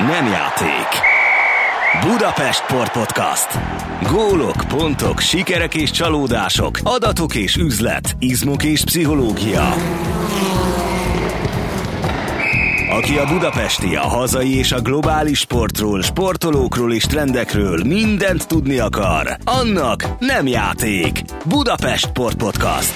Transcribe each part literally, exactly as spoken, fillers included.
Nem játék. Budapest Sport Podcast. Gólok, pontok, sikerek és csalódások, adatok és üzlet, izmok és pszichológia. Aki a budapesti, a hazai és a globális sportról, sportolókról és trendekről mindent tudni akar, annak nem játék. Budapest Sport Podcast.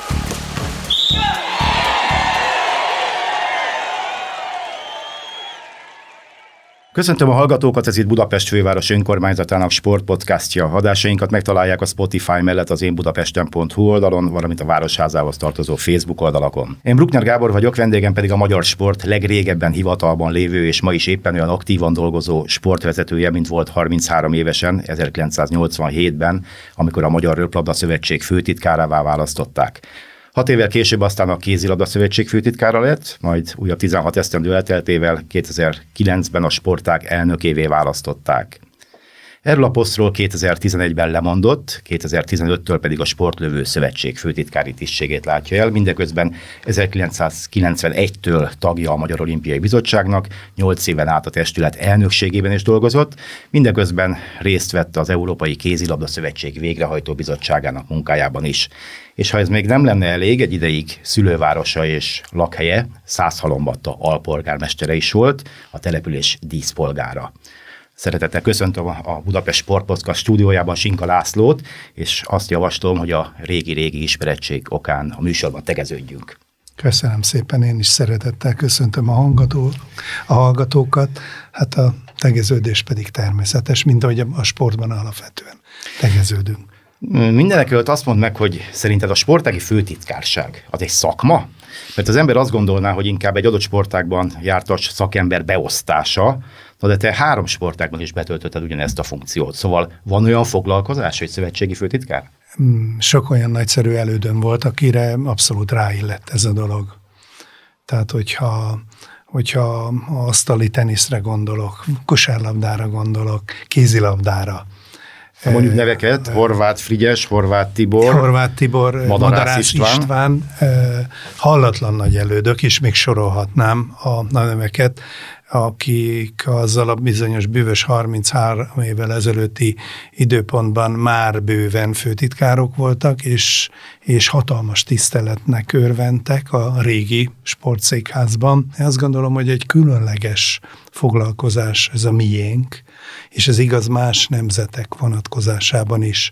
Köszöntöm a hallgatókat, ez itt Budapest főváros önkormányzatának sportpodcastja. Adásainkat megtalálják a Spotify mellett az én budapesten pont hu oldalon, valamint a Városházához tartozó Facebook oldalakon. Én Bruckner Gábor vagyok, vendégem pedig a magyar sport legrégebben hivatalban lévő és ma is éppen olyan aktívan dolgozó sportvezetője, mint volt harminchárom évesen, ezerkilencszáznyolcvanhétben, amikor a Magyar Röplabda Szövetség főtitkárává választották. Hat évvel később aztán a Kézilabda Szövetség főtitkára lett, majd újabb tizenhat esztendő elteltével kétezer-kilencben a sportág elnökévé választották. Erről a posztról kétezer-tizenegyben lemondott, kétezer-tizenöttől pedig a Sportlövő Szövetség főtitkári tisztségét látja el, mindeközben ezerkilencszázkilencvenegytől tagja a Magyar Olimpiai Bizottságnak, nyolc éven át a testület elnökségében is dolgozott, mindeközben részt vett az Európai Kézilabda Szövetség végrehajtó bizottságának munkájában is. És ha ez még nem lenne elég, egy ideig szülővárosa és lakhelye, Szászhalombatta alpolgármestere is volt, a település díszpolgára. Szeretettel köszöntöm a Budapest Sport Podcast stúdiójában Sinka Lászlót, és azt javaslom, hogy a régi-régi ismerettség okán a műsorban tegeződjünk. Köszönöm szépen, én is szeretettel köszöntöm a, hallgató, a hallgatókat, hát a tegeződés pedig természetes, mint ahogy a sportban alapvetően tegeződünk. Mindenekelőtt azt mondd meg, hogy szerinted a sportági főtitkárság az egy szakma? Mert az ember azt gondolná, hogy inkább egy adott sportágban jártas szakember beosztása, na de te három sportágban is betöltötted ugyanezt a funkciót. Szóval van olyan foglalkozás, hogy szövetségi főtitkár? Sok olyan nagyszerű elődön volt, akire abszolút ráillett ez a dolog. Tehát, hogyha, hogyha asztali teniszre gondolok, kosárlabdára gondolok, kézilabdára, ha mondjuk neveket, Horváth Frigyes, Horváth Tibor, Horváth Tibor, Madarász, Madarász István, István hallatlan nagy elődök, és még sorolhatnám a neveket, akik azzal a bizonyos bűvös harminchárom évvel ezelőtti időpontban már bőven főtitkárok voltak, és, és hatalmas tiszteletnek örventek a régi sportszékházban. Én azt gondolom, hogy egy különleges foglalkozás ez a miénk, és ez igaz más nemzetek vonatkozásában is.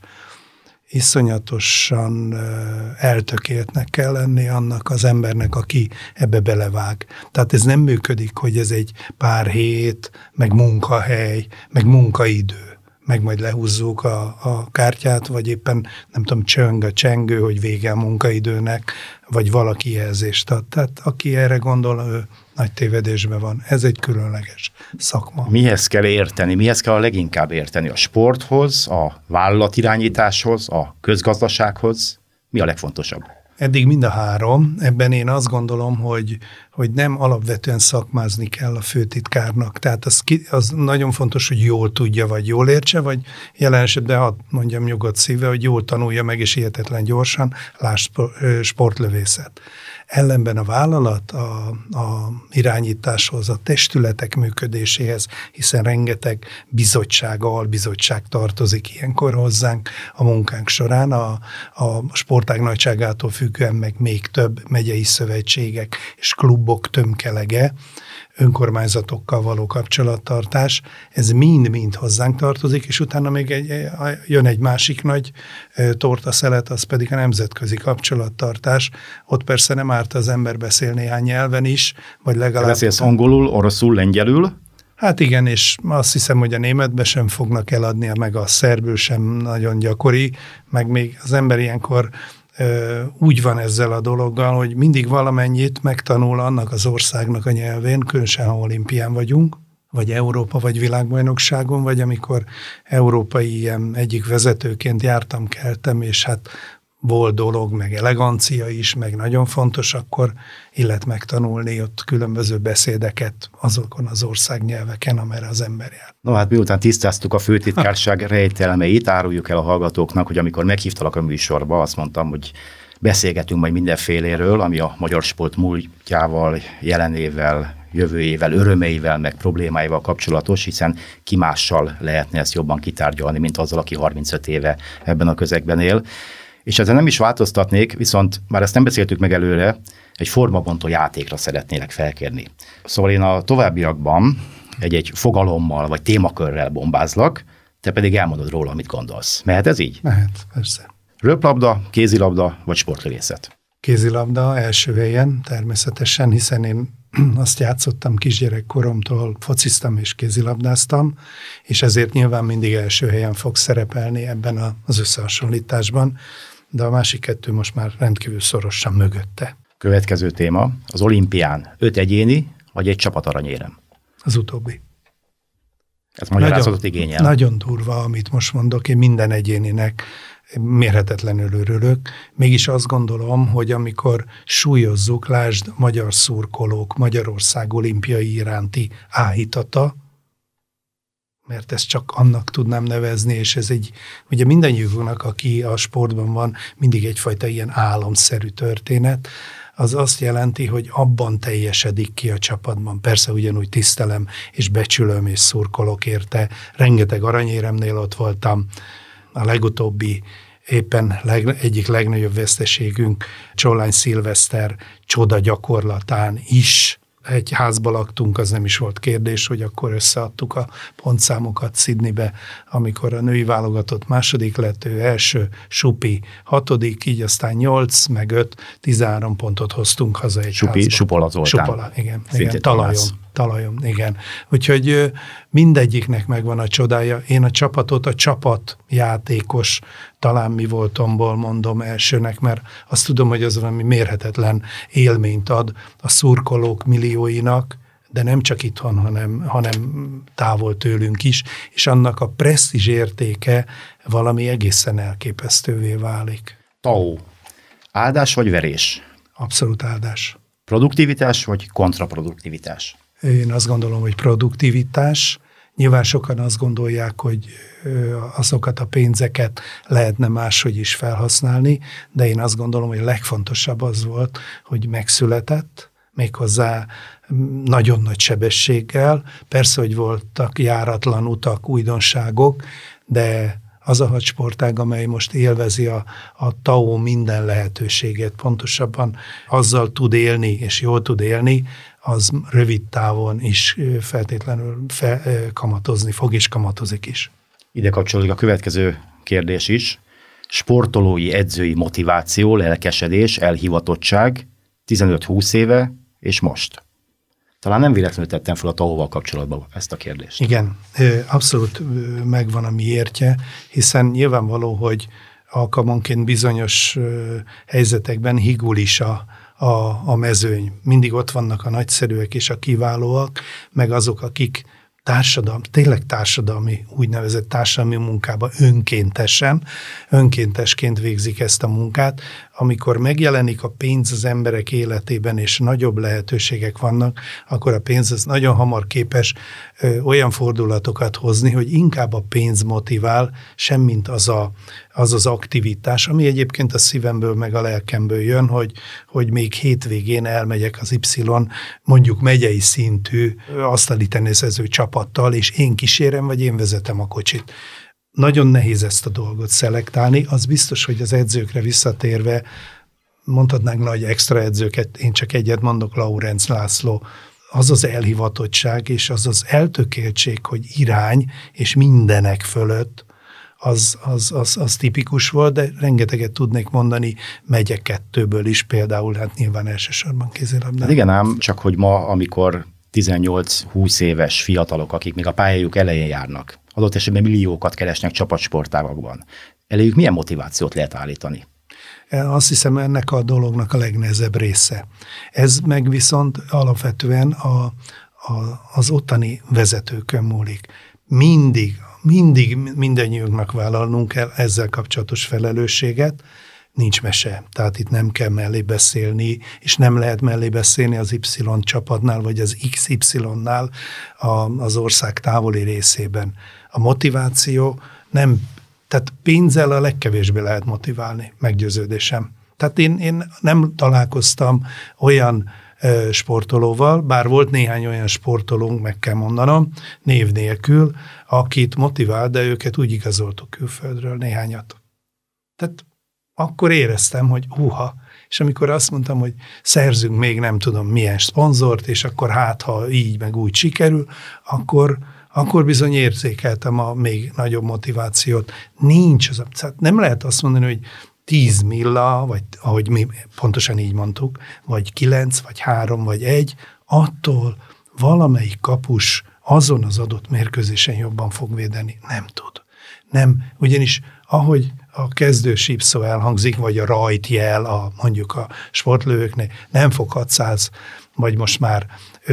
Iszonyatosan eltökéltnek kell lenni annak az embernek, aki ebbe belevág. Tehát ez nem működik, hogy ez egy pár hét, meg munkahely, meg munkaidő, meg majd lehúzzuk a, a kártyát, vagy éppen nem tudom, csöng a csengő, hogy vége a munkaidőnek, vagy valaki jelzést ad. Tehát aki erre gondol, ő nagy tévedésben van. Ez egy különleges szakma. Mihez kell érteni? Mihez kell a leginkább érteni? A sporthoz, a vállalatirányításhoz, a közgazdasághoz? Mi a legfontosabb? Eddig mind a három. Ebben én azt gondolom, hogy, hogy nem alapvetően szakmázni kell a főtitkárnak. Tehát az, ki, az nagyon fontos, hogy jól tudja, vagy jól értse, vagy jelen esetben, hadd mondjam nyugodt szíve, hogy jól tanulja meg, és hihetetlen gyorsan, lásd sportlövészet. Ellenben a vállalat a, a irányításhoz, a testületek működéséhez, hiszen rengeteg bizottság, albizottság tartozik ilyenkor hozzánk a munkánk során, a, a sportág nagyságától függően meg még több megyei szövetségek és klubok tömkelege, önkormányzatokkal való kapcsolattartás, ez mind-mind hozzánk tartozik, és utána még egy, jön egy másik nagy tortaszelet, az pedig a nemzetközi kapcsolattartás. Ott persze nem árt az ember beszél néhány nyelven is, vagy legalább... Beszélsz angolul, oroszul, lengyelül? Hát igen, és azt hiszem, hogy a németbe sem fognak eladni, meg a szerbül sem nagyon gyakori, meg még az ember ilyenkor úgy van ezzel a dologgal, hogy mindig valamennyit megtanul annak az országnak a nyelvén, különösen ha olimpián vagyunk, vagy Európa, vagy világbajnokságon, vagy amikor európai ilyen egyik vezetőként jártam, keltem, és hát volt dolog, meg elegancia is, meg nagyon fontos, akkor illet megtanulni ott különböző beszédeket azokon az országnyelveken, amerre az ember jár. No hát miután tisztáztuk a főtitkárság rejtelmeit, áruljuk el a hallgatóknak, hogy amikor meghívtalak a műsorba, azt mondtam, hogy beszélgetünk majd mindenféléről, ami a magyar sport múltjával, jelenével, jövőjével, örömeivel, meg problémáival kapcsolatos, hiszen ki mással lehetne ezt jobban kitárgyalni, mint azzal, aki harmincöt éve ebben a közegben él. És ezzel nem is változtatnék, viszont már ezt nem beszéltük meg előre, egy formabontó játékra szeretnélek felkérni. Szóval én a továbbiakban egy-egy fogalommal vagy témakörrel bombázlak, te pedig elmondod róla, amit gondolsz. Mehet ez így? Mehet, persze. Röplabda, kézilabda vagy sportlövészet? Kézilabda első helyen természetesen, hiszen én azt játszottam kisgyerekkoromtól, fociztam és kézilabdáztam, és ezért nyilván mindig első helyen fog szerepelni ebben az összehasonlításban, de a másik kettő most már rendkívül szorosan mögötte. Következő téma, az olimpián öt egyéni vagy egy csapat aranyérem? Az utóbbi. Ez magyarázatot igényel. Nagyon durva, amit most mondok, én minden egyéninek mérhetetlenül örülök. Mégis azt gondolom, hogy amikor súlyozzuk, lásd magyar szurkolók, Magyarország olimpiai iránti áhítata, mert ezt csak annak tudnám nevezni, és ez egy, ugye mindannyiunknak, aki a sportban van, mindig egyfajta ilyen álomszerű történet, az azt jelenti, hogy abban teljesedik ki a csapatban. Persze ugyanúgy tisztelem, és becsülöm, és szurkolok érte. Rengeteg aranyéremnél ott voltam. A legutóbbi éppen leg, egyik legnagyobb veszteségünk Csollány Szilveszter csoda gyakorlatán is. Egy házba laktunk, az nem is volt kérdés, hogy akkor összeadtuk a pontszámokat Sydneybe, amikor a női válogatott második lett, ő első, Supi hatodik, így aztán nyolc, meg öt, tizenhárom pontot hoztunk haza egy Supi, házba. Supola Zoltán. Supola, igen, igen talajon, talajon, igen. Úgyhogy mindegyiknek megvan a csodája. Én a csapatot, a csapatjátékos, talán mi voltomból mondom elsőnek, mert azt tudom, hogy az valami mérhetetlen élményt ad a szurkolók millióinak, de nem csak itthon, hanem, hanem távol tőlünk is, és annak a presztízs értéke valami egészen elképesztővé válik. Tau. Áldás vagy verés? Abszolút áldás. Produktivitás vagy kontraproduktivitás? Én azt gondolom, hogy produktivitás. Nyilván sokan azt gondolják, hogy azokat a pénzeket lehetne máshogy is felhasználni, de én azt gondolom, hogy a legfontosabb az volt, hogy megszületett, méghozzá nagyon nagy sebességgel. Persze, hogy voltak járatlan utak, újdonságok, de az a hadsportág, amely most élvezi a, a tau minden lehetőséget, pontosabban azzal tud élni, és jól tud élni, az rövid távon is feltétlenül fe, kamatozni fog, és kamatozik is. Ide kapcsolódik a következő kérdés is. Sportolói, edzői motiváció, lelkesedés, elhivatottság tizenöt-húsz éve, és most. Talán nem véletlenül tettem fel a tauval kapcsolatban ezt a kérdést. Igen, abszolút megvan a miértje, hiszen nyilvánvaló, hogy alkalmanként bizonyos helyzetekben higul is a, a, a mezőny. Mindig ott vannak a nagyszerűek és a kiválóak, meg azok, akik társadalmi, tényleg társadalmi, úgynevezett társadalmi munkában önkéntesen, önkéntesként végzik ezt a munkát. Amikor megjelenik a pénz az emberek életében, és nagyobb lehetőségek vannak, akkor a pénz az nagyon hamar képes ö, olyan fordulatokat hozni, hogy inkább a pénz motivál, semmint az, a, az az aktivitás, ami egyébként a szívemből meg a lelkemből jön, hogy, hogy még hétvégén elmegyek az Y, mondjuk megyei szintű asztali teniszező csapattal, és én kísérem, vagy én vezetem a kocsit. Nagyon nehéz ezt a dolgot szelektálni, az biztos, hogy az edzőkre visszatérve, mondhatnánk nagy extra edzőket, én csak egyet mondok, Laurenc László, az az elhivatottság, és az az eltökéltség, hogy irány, és mindenek fölött, az, az, az, az tipikus volt, de rengeteget tudnék mondani megyek kettőből is, például, hát nyilván elsősorban kézilabdában. Hát igen ám, csak hogy ma, amikor tizennyolc-húsz éves fiatalok, akik még a pályájuk elején járnak, adott esetben milliókat keresnek csapatsportágakban. Eléjük milyen motivációt lehet állítani? Azt hiszem, ennek a dolognak a legnehezebb része. Ez meg viszont alapvetően a, a, az ottani vezetőkön múlik. Mindig, mindig mindannyiunknak vállalnunk kell ezzel kapcsolatos felelősséget, nincs mese. Tehát itt nem kell mellé beszélni, és nem lehet mellé beszélni az Y csapatnál, vagy az iksz ipszilonnál az ország távoli részében. A motiváció nem, tehát pénzzel a legkevésbé lehet motiválni, meggyőződésem. Tehát én, én nem találkoztam olyan sportolóval, bár volt néhány olyan sportolónk, meg kell mondanom, név nélkül, akit motivált, de őket úgy igazoltuk külföldről néhányat. Tehát akkor éreztem, hogy húha, és amikor azt mondtam, hogy szerzünk még nem tudom milyen szponzort, és akkor hát, ha így meg úgy sikerül, akkor, akkor bizony érzékeltem a még nagyobb motivációt. Nincs az, nem lehet azt mondani, hogy tíz milla, vagy ahogy mi pontosan így mondtuk, vagy kilenc, vagy három, vagy egy, attól valamelyik kapus azon az adott mérkőzésen jobban fog védeni. Nem tud. Nem, ugyanis ahogy a kezdő sípszó elhangzik, vagy a rajtjel, a, mondjuk a sportlövőknél, nem fog hatszáz, vagy most már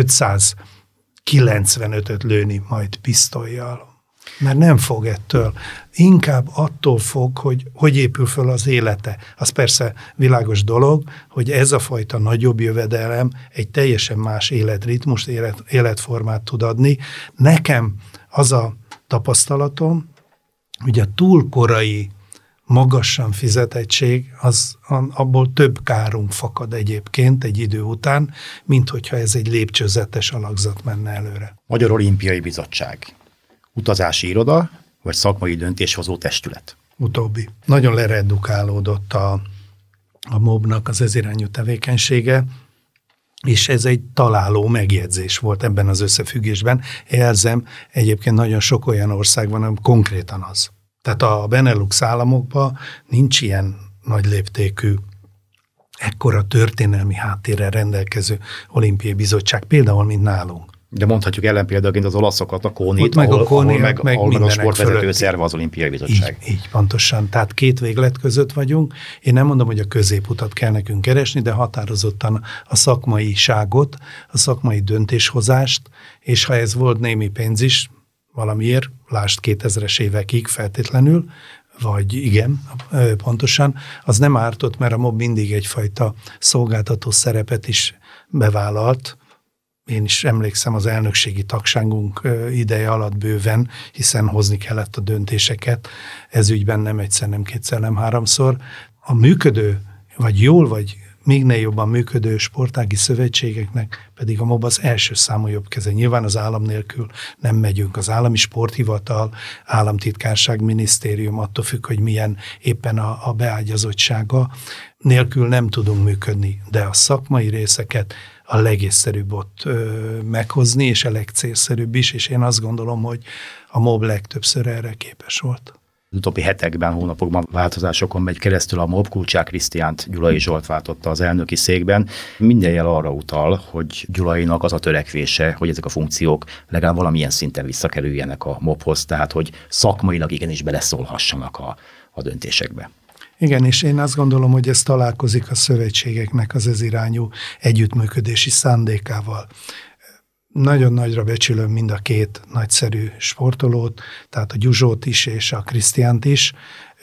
ötszázkilencvenötöt lőni majd pisztollyal. Mert nem fog ettől. Inkább attól fog, hogy hogy épül föl az élete. Az persze világos dolog, hogy ez a fajta nagyobb jövedelem egy teljesen más életritmust, élet, életformát tud adni. Nekem az a tapasztalatom, hogy a túl korai, magasan fizetettség, az, abból több kárunk fakad egyébként egy idő után, mint hogyha ez egy lépcsőzetes alakzat menne előre. Magyar Olimpiai Bizottság. Utazási iroda, vagy szakmai döntéshozó testület? Utóbbi. Nagyon leredukálódott a, a mobnak az ezirányú tevékenysége, és ez egy találó megjegyzés volt ebben az összefüggésben. Jelzem, egyébként nagyon sok olyan ország van, ami konkrétan az. Tehát a Benelux államokban nincs ilyen nagy léptékű, ekkora történelmi háttérrel rendelkező olimpiai bizottság, például, mint nálunk. De mondhatjuk ellenpéldaként az olaszokat, a kónit, meg ahol, a, kóni, ahol meg, meg ahol meg a sportvezető fölötti. szerve az olimpiai bizottság. Így, így, pontosan. Tehát két véglet között vagyunk. Én nem mondom, hogy a középutat kell nekünk keresni, de határozottan a szakmaiságot, a szakmai döntéshozást, és ha ez volt némi pénz is, valamiért, lásd kétezres évekig feltétlenül, vagy igen, pontosan, az nem ártott, mert a mob mindig egyfajta szolgáltató szerepet is bevállalt. Én is emlékszem az elnökségi tagságunk ideje alatt bőven, hiszen hozni kellett a döntéseket, ez ügyben nem egyszer, nem kétszer, nem háromszor. A működő, vagy jól, vagy még ne jobban működő sportági szövetségeknek pedig a mob az első számú jobb keze. Nyilván az állam nélkül nem megyünk. Az állami sporthivatal, államtitkárság, minisztérium, attól függ, hogy milyen éppen a, a beágyazottsága, nélkül nem tudunk működni. De a szakmai részeket a legészszerűbb ott ö, meghozni, és a legcélszerűbb is, és én azt gondolom, hogy a mob legtöbbször erre képes volt. Az utóbbi hetekben, hónapokban változásokon megy keresztül a mob. Kulcsák Krisztiánt Gyulai Zsolt váltotta az elnöki székben. Minden jel arra utal, hogy Gyulainak az a törekvése, hogy ezek a funkciók legalább valamilyen szinten visszakerüljenek a mobhoz, tehát hogy szakmailag igenis beleszólhassanak a, a döntésekbe. Igen, és én azt gondolom, hogy ez találkozik a szövetségeknek az ezirányú együttműködési szándékával. Nagyon nagyra becsülöm mind a két nagyszerű sportolót, tehát a Gyuzsót is és a Krisztiánt is.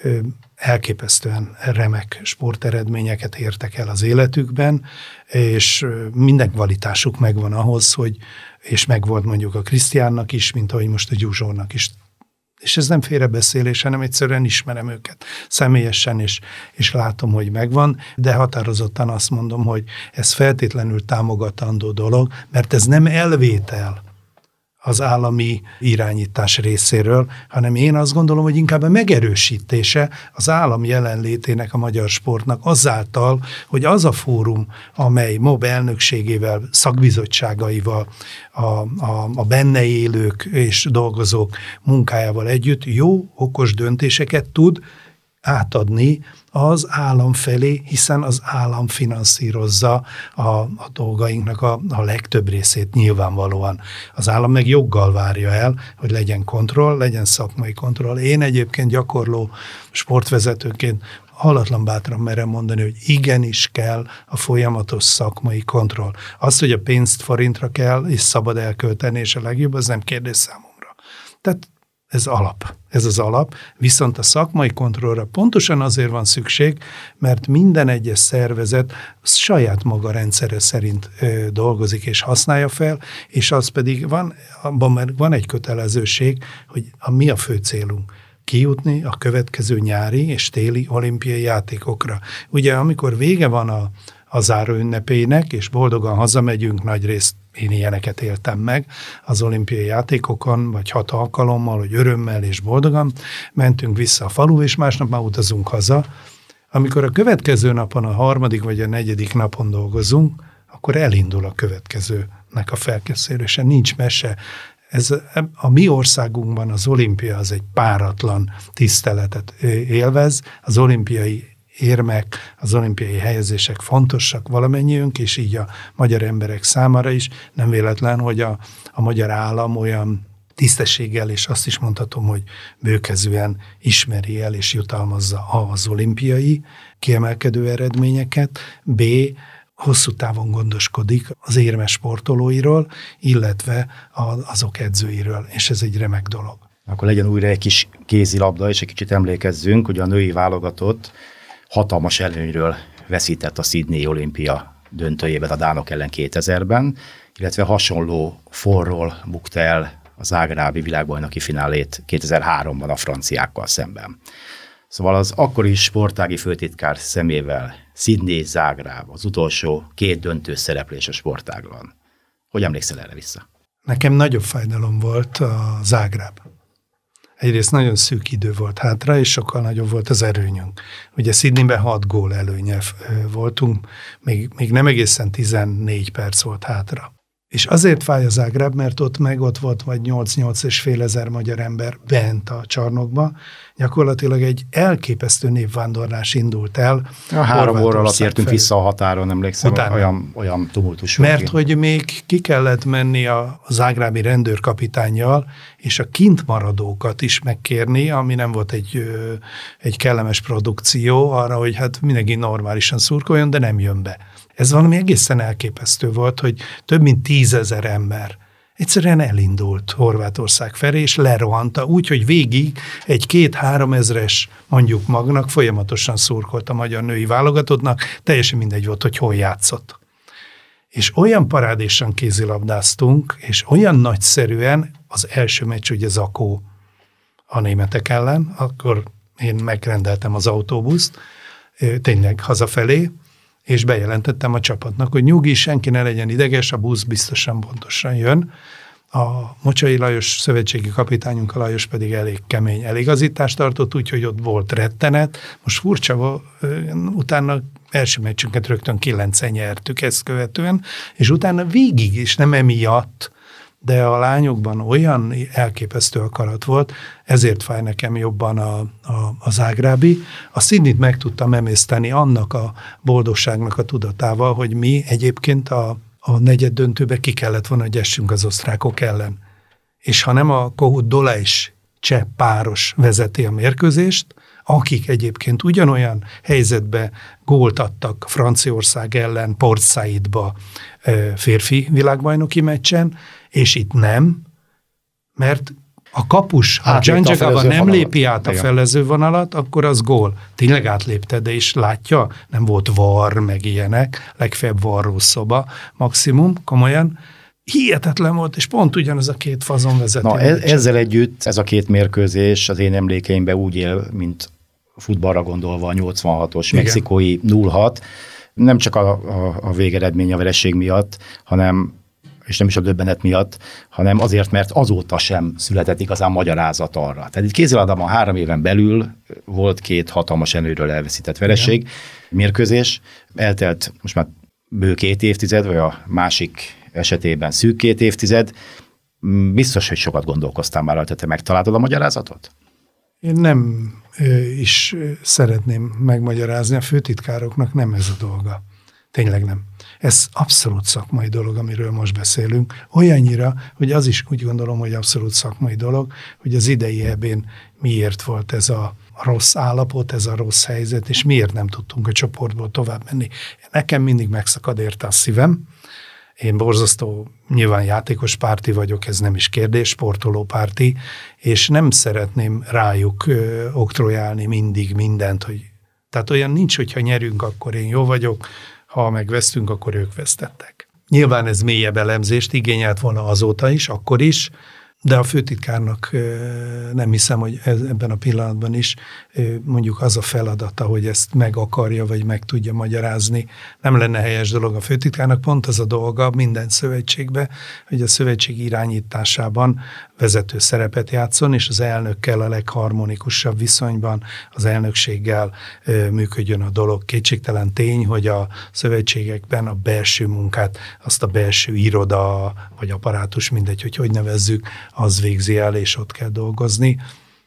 Elképesztően remek sporteredményeket értek el az életükben, és minden kvalitásuk megvan ahhoz, hogy, és megvolt mondjuk a Krisztiánnak is, mint ahogy most a Gyuzsónak is. És ez nem félrebeszélés, hanem egyszerűen ismerem őket személyesen, és, és látom, hogy megvan, de határozottan azt mondom, hogy ez feltétlenül támogatandó dolog, mert ez nem elvétel az állami irányítás részéről, hanem én azt gondolom, hogy inkább a megerősítése az állam jelenlétének a magyar sportnak azáltal, hogy az a fórum, amely mob elnökségével, szakbizottságaival, a, a, a benne élők és dolgozók munkájával együtt jó, okos döntéseket tud átadni az állam felé, hiszen az állam finanszírozza a, a dolgainknak a, a legtöbb részét nyilvánvalóan. Az állam meg joggal várja el, hogy legyen kontroll, legyen szakmai kontroll. Én egyébként gyakorló sportvezetőként hallatlan bátran merem mondani, hogy igenis kell a folyamatos szakmai kontroll. Azt, hogy a pénzt forintra kell, és szabad elkölteni, és a legjobb, az nem kérdés számomra. Tehát ez alap, ez az alap, viszont a szakmai kontrollra pontosan azért van szükség, mert minden egyes szervezet saját maga rendszere szerint ö, dolgozik és használja fel, és az pedig van, abban van egy kötelezőség, hogy a, mi a fő célunk. Kijutni a következő nyári és téli olimpiai játékokra. Ugye amikor vége van a, a záró ünnepének, és boldogan hazamegyünk, nagyrészt én ilyeneket éltem meg az olimpiai játékokon, vagy hat alkalommal, hogy örömmel és boldogan mentünk vissza a falu, és másnap már utazunk haza. Amikor a következő napon, a harmadik vagy a negyedik napon dolgozunk, akkor elindul a következőnek a felkészülése, nincs mese. Ez a mi országunkban az olimpia az egy páratlan tiszteletet élvez, az olimpiai érmek, az olimpiai helyezések fontosak valamennyiünk, és így a magyar emberek számára is. Nem véletlen, hogy a, a magyar állam olyan tisztességgel, és azt is mondhatom, hogy bőkezűen ismeri el és jutalmazza az olimpiai kiemelkedő eredményeket, B. hosszú távon gondoskodik az érmes sportolóiról, illetve azok edzőiről, és ez egy remek dolog. Akkor legyen újra egy kis kézilabda, és egy kicsit emlékezzünk, hogy a női válogatott hatalmas előnyről veszített a Sydney olimpia döntőjében a dánok ellen kétezerben, illetve hasonló forról bukta el a zágrábi világbajnoki finálét kétezer-háromban a franciákkal szemben. Szóval az akkori sportági főtitkár szemével Sydney, Zágráb, az utolsó két döntős szereplés a sportágban. Hogy emlékszel erre vissza? Nekem nagyobb fájdalom volt a Zágráb. Egyrészt nagyon szűk idő volt hátra, és sokkal nagyobb volt az erőnyünk. Ugye Sydneyben hat gól előnye voltunk, még, még nem egészen tizennégy perc volt hátra. És azért fáj a Zágráb, mert ott meg ott volt vagy nyolc-nyolc és fél ezer magyar ember bent a csarnokba. Gyakorlatilag egy elképesztő népvándorlás indult el. A három óra alatt értünk vissza a határon, emlékszem, Utána. olyan, olyan tumultus volt. Mert ki. hogy még ki kellett menni a zágrábi rendőrkapitánnyal, és a kint maradókat is megkérni, ami nem volt egy, egy kellemes produkció arra, hogy hát mindenki normálisan szurkoljon, de nem jön be. Ez valami egészen elképesztő volt, hogy több mint tízezer ember egyszerűen elindult Horvátország felé, és lerohanta úgy, hogy végig egy két-három ezres mondjuk magnak folyamatosan szurkolt a magyar női válogatottnak, teljesen mindegy volt, hogy hol játszott. És olyan parádésan kézilabdáztunk, és olyan nagyszerűen az első meccs ugye Zakó a németek ellen, akkor én megrendeltem az autóbuszt, tényleg hazafelé, és bejelentettem a csapatnak, hogy nyugi, senki ne legyen ideges, a busz biztosan pontosan jön. A Mocsai Lajos szövetségi kapitányunk, a Lajos pedig elég kemény eligazítást tartott, úgyhogy ott volt rettenet. Most furcsa, utána első meccsünket rögtön kilencen nyertük ezt követően, és utána végig is, nem emiatt, de a lányokban olyan elképesztő akarat volt, ezért fáj nekem jobban a, a, a zágrábi. A Sydneyt meg tudtam emészteni annak a boldogságnak a tudatával, hogy mi egyébként a, a negyed döntőbe ki kellett volna, hogy essünk az osztrákok ellen. És ha nem a Kohut Dolejs cseh páros vezeti a mérkőzést, akik egyébként ugyanolyan helyzetbe gólt adtak Franciaország ellen Port Saidba férfi világbajnoki meccsen, és itt nem, mert a kapus, ha Dzsandzsagava nem lépi át a felezővonalat, akkor az gól. Tényleg átlépte, de is látja, nem volt var, meg ilyenek, legfeljebb varrószoba maximum, komolyan. Hihetetlen volt, és pont ugyanaz a két fazon vezeti. Na, ez, ezzel együtt ez a két mérkőzés az én emlékeimben úgy él, mint futballra gondolva a nyolcvanhatos igen. mexikói nulla hat, nem csak a, a, a végeredmény a vereség miatt, hanem, és nem is a döbbenet miatt, hanem azért, mert azóta sem született igazán magyarázat arra. Tehát itt kézilabdában három éven belül volt két hatalmas előről elveszített vereség, igen. mérkőzés, eltelt most már bő két évtized, vagy a másik esetében szűk két évtized, biztos, hogy sokat gondolkoztál már, hogy te megtaláltad a magyarázatot? Én nem is szeretném megmagyarázni, a főtitkároknak nem ez a dolga. Tényleg nem. Ez abszolút szakmai dolog, amiről most beszélünk. Olyannyira, hogy az is úgy gondolom, hogy abszolút szakmai dolog, hogy az idei é bén miért volt ez a rossz állapot, ez a rossz helyzet, és miért nem tudtunk a csoportból tovább menni. Nekem mindig megszakad érte a szívem. Én borzasztó, nyilván játékos párti vagyok, ez nem is kérdés, sportoló párti, és nem szeretném rájuk ö, oktrojálni mindig mindent, hogy tehát olyan nincs, hogyha nyerünk, akkor én jó vagyok, ha megvesztünk, akkor ők vesztettek. Nyilván ez mélyebb elemzést igényelt volna azóta is, akkor is, de a főtitkárnak nem hiszem, hogy ez, ebben a pillanatban is mondjuk az a feladata, hogy ezt meg akarja, vagy meg tudja magyarázni. Nem lenne helyes dolog a főtitkárnak, pont az a dolga minden szövetségbe, hogy a szövetség irányításában vezető szerepet játszon, és az elnökkel a legharmonikusabb viszonyban, az elnökséggel működjön a dolog. Kétségtelen tény, hogy a szövetségekben a belső munkát, azt a belső iroda, vagy apparátus, mindegy, hogy hogy nevezzük, az végzi el, és ott kell dolgozni.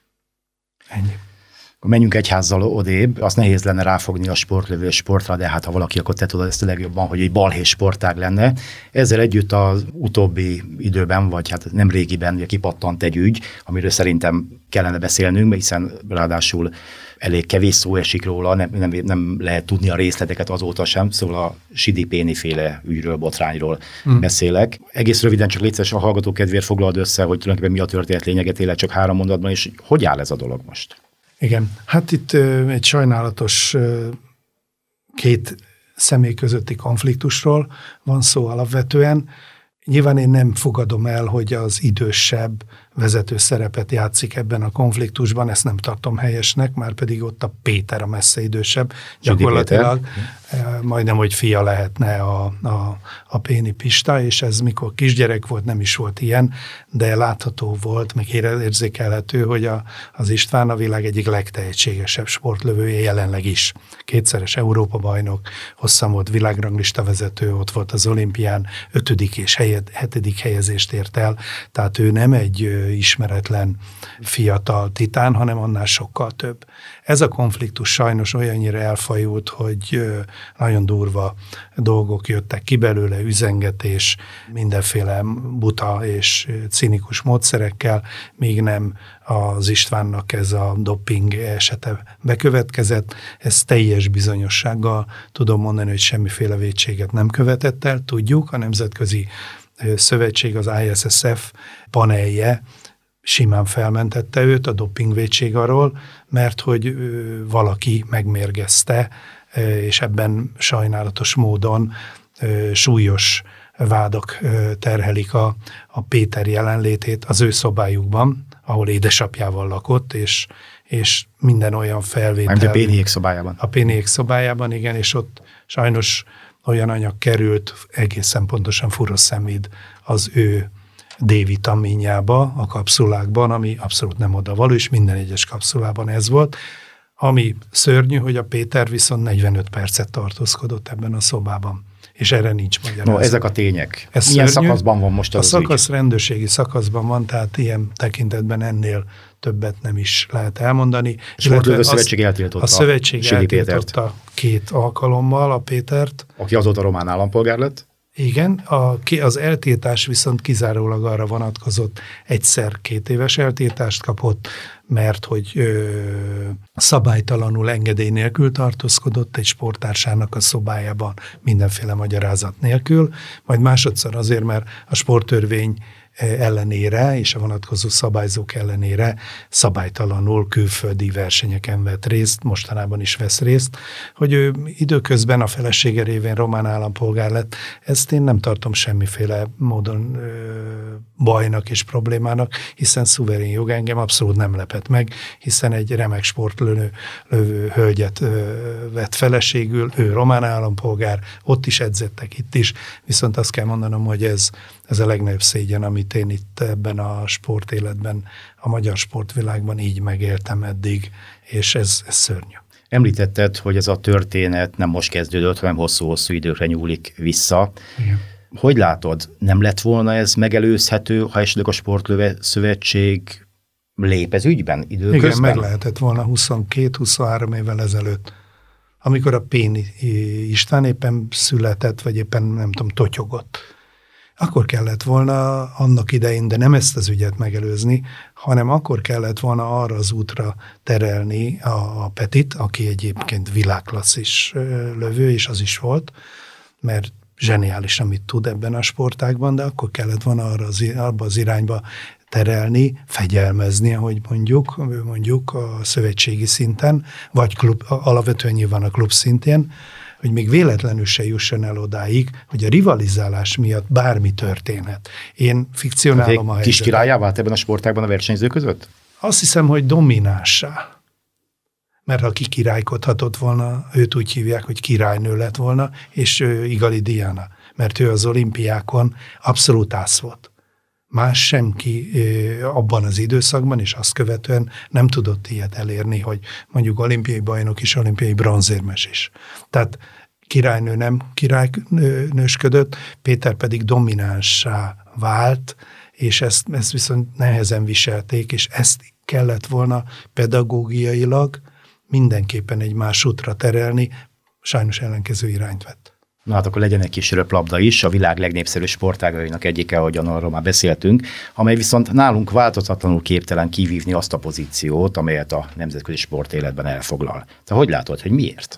Ennyi. Menjünk egy házzal odébb, azt nehéz lenne ráfogni a sportlövő sportra, de hát ha valaki, akkor te tudod ezt a legjobban, hogy egy balhé sportág lenne. Ezzel együtt az utóbbi időben, vagy hát nem régiben ugye kipattant egy ügy, amiről szerintem kellene beszélnünk, hiszen ráadásul elég kevés szó esik róla, nem, nem, nem lehet tudni a részleteket azóta sem, szóval a Sidi Péni féle ügyről, botrányról hmm. beszélek. Egész röviden csak légy szíves, a hallgató kedvéért foglald össze, hogy tulajdonképpen mi a történet lényeget, élet csak három mondatban, és hogy áll ez a dolog most? Igen, hát itt ö, egy sajnálatos ö, két személy közötti konfliktusról van szó alapvetően. Nyilván én nem fogadom el, hogy az idősebb vezető szerepet játszik ebben a konfliktusban, ezt nem tartom helyesnek, már pedig ott a Péter a messze idősebb, gyakorlatilag majdnem, hogy fia lehetne a, a, a Péni Pista, és ez mikor kisgyerek volt, nem is volt ilyen, de látható volt, meg érzékelhető, hogy a, az István a világ egyik legtehetségesebb sportlövője jelenleg is. Kétszeres Európa-bajnok, hosszan volt világranglista vezető, ott volt az olimpián, ötödik és helyed, hetedik helyezést ért el, tehát ő nem egy ismeretlen fiatal titán, hanem annál sokkal több. Ez a konfliktus sajnos olyannyira elfajult, hogy nagyon durva dolgok jöttek ki belőle, üzengetés, mindenféle buta és cinikus módszerekkel, még nem az Istvánnak ez a doping esete bekövetkezett. Ez teljes bizonyossággal tudom mondani, hogy semmiféle vétséget nem követett el, tudjuk, a Nemzetközi Szövetség, az I S S F panelje simán felmentette őt a dopingvétség alól, mert hogy valaki megmérgezte, és ebben sajnálatos módon súlyos vádak terhelik a, a Péter jelenlétét az ő szobájukban, ahol édesapjával lakott, és, és minden olyan felvétel... Mármint a Péniék szobájában. A Péniék szobájában, igen, és ott sajnos olyan anyag került, egészen pontosan furoszemid az ő D-vitaminjába, a kapszulákban, ami abszolút nem odavaló, és minden egyes kapszulában ez volt. Ami szörnyű, hogy a Péter viszont negyvenöt percet tartózkodott ebben a szobában, és erre nincs magyarázat. No, ezek a tények. Ez Milyen szörnyű. Szakaszban van most az A szakasz ügy? Rendőrségi szakaszban van, tehát ilyen tekintetben ennél többet nem is lehet elmondani. Sportlövő szövetség eltiltotta a szövetség Sidi eltiltotta két alkalommal a Pétert. Aki azóta román állampolgár lett. Igen, a, az eltiltás viszont kizárólag arra vonatkozott, egyszer két éves eltiltást kapott, mert hogy ö, szabálytalanul engedély nélkül tartózkodott egy sporttársának a szobájában mindenféle magyarázat nélkül, majd másodszor azért, mert a sporttörvény ellenére és a vonatkozó szabályzók ellenére szabálytalanul külföldi versenyeken vett részt, mostanában is vesz részt, hogy ő időközben a felesége révén román állampolgár lett, ezt én nem tartom semmiféle módon ö, bajnak és problémának, hiszen szuverén jog, engem abszolút nem lepett meg, hiszen egy remek sportlövő lövő hölgyet ö, vett feleségül, ő román állampolgár, ott is edzettek, itt is, viszont azt kell mondanom, hogy ez, ez a legnagyobb szégyen, amit én itt ebben a sportéletben, a magyar sportvilágban így megéltem eddig, és ez, ez szörnyű. Említetted, hogy ez a történet nem most kezdődött, hanem hosszú-hosszú időkre nyúlik vissza. Igen. Hogy látod, nem lett volna ez megelőzhető, ha esetleg a Sportlövő Szövetség lép ez ügyben időközben? Igen, meg lehetett volna huszonkettő-huszonhárom évvel ezelőtt, amikor a Péni István éppen született, vagy éppen nem tudom, totyogott. Akkor kellett volna annak idején, de nem ezt az ügyet megelőzni, hanem akkor kellett volna arra az útra terelni a Petit, aki egyébként világklasszis lövő, és az is volt, mert zseniális, amit tud ebben a sportágban, de akkor kellett volna arra az, abba az irányba terelni, fegyelmezni, ahogy mondjuk, mondjuk a szövetségi szinten, vagy klub, alapvetően nyilván a klub szintén, hogy még véletlenül se jusson el odáig, hogy a rivalizálás miatt bármi történhet. Én fikcionálom a helyzetet. Kis királyá vált ebben a sportágban a versenyző között? Azt hiszem, hogy dominánsá. Mert ha ki királykodhatott volna, őt úgy hívják, hogy királynő lett volna, és ő Igali Diana, mert ő az olimpiákon abszolút ász volt. Más semki abban az időszakban, és azt követően nem tudott ilyet elérni, hogy mondjuk olimpiai bajnok is, olimpiai bronzérmes is. Tehát királynő nem királynősködött, Péter pedig dominánssá vált, és ezt, ezt viszont nehezen viselték, és ezt kellett volna pedagógiailag mindenképpen egy más útra terelni, sajnos ellenkező irányt vett. Na hát akkor legyen egy kis röplabda is, a világ legnépszerűbb sportágainak egyike, ahogyan arról már beszéltünk, amely viszont nálunk változatlanul képtelen kivívni azt a pozíciót, amelyet a nemzetközi sportéletben elfoglal. Te hogy látod, hogy miért?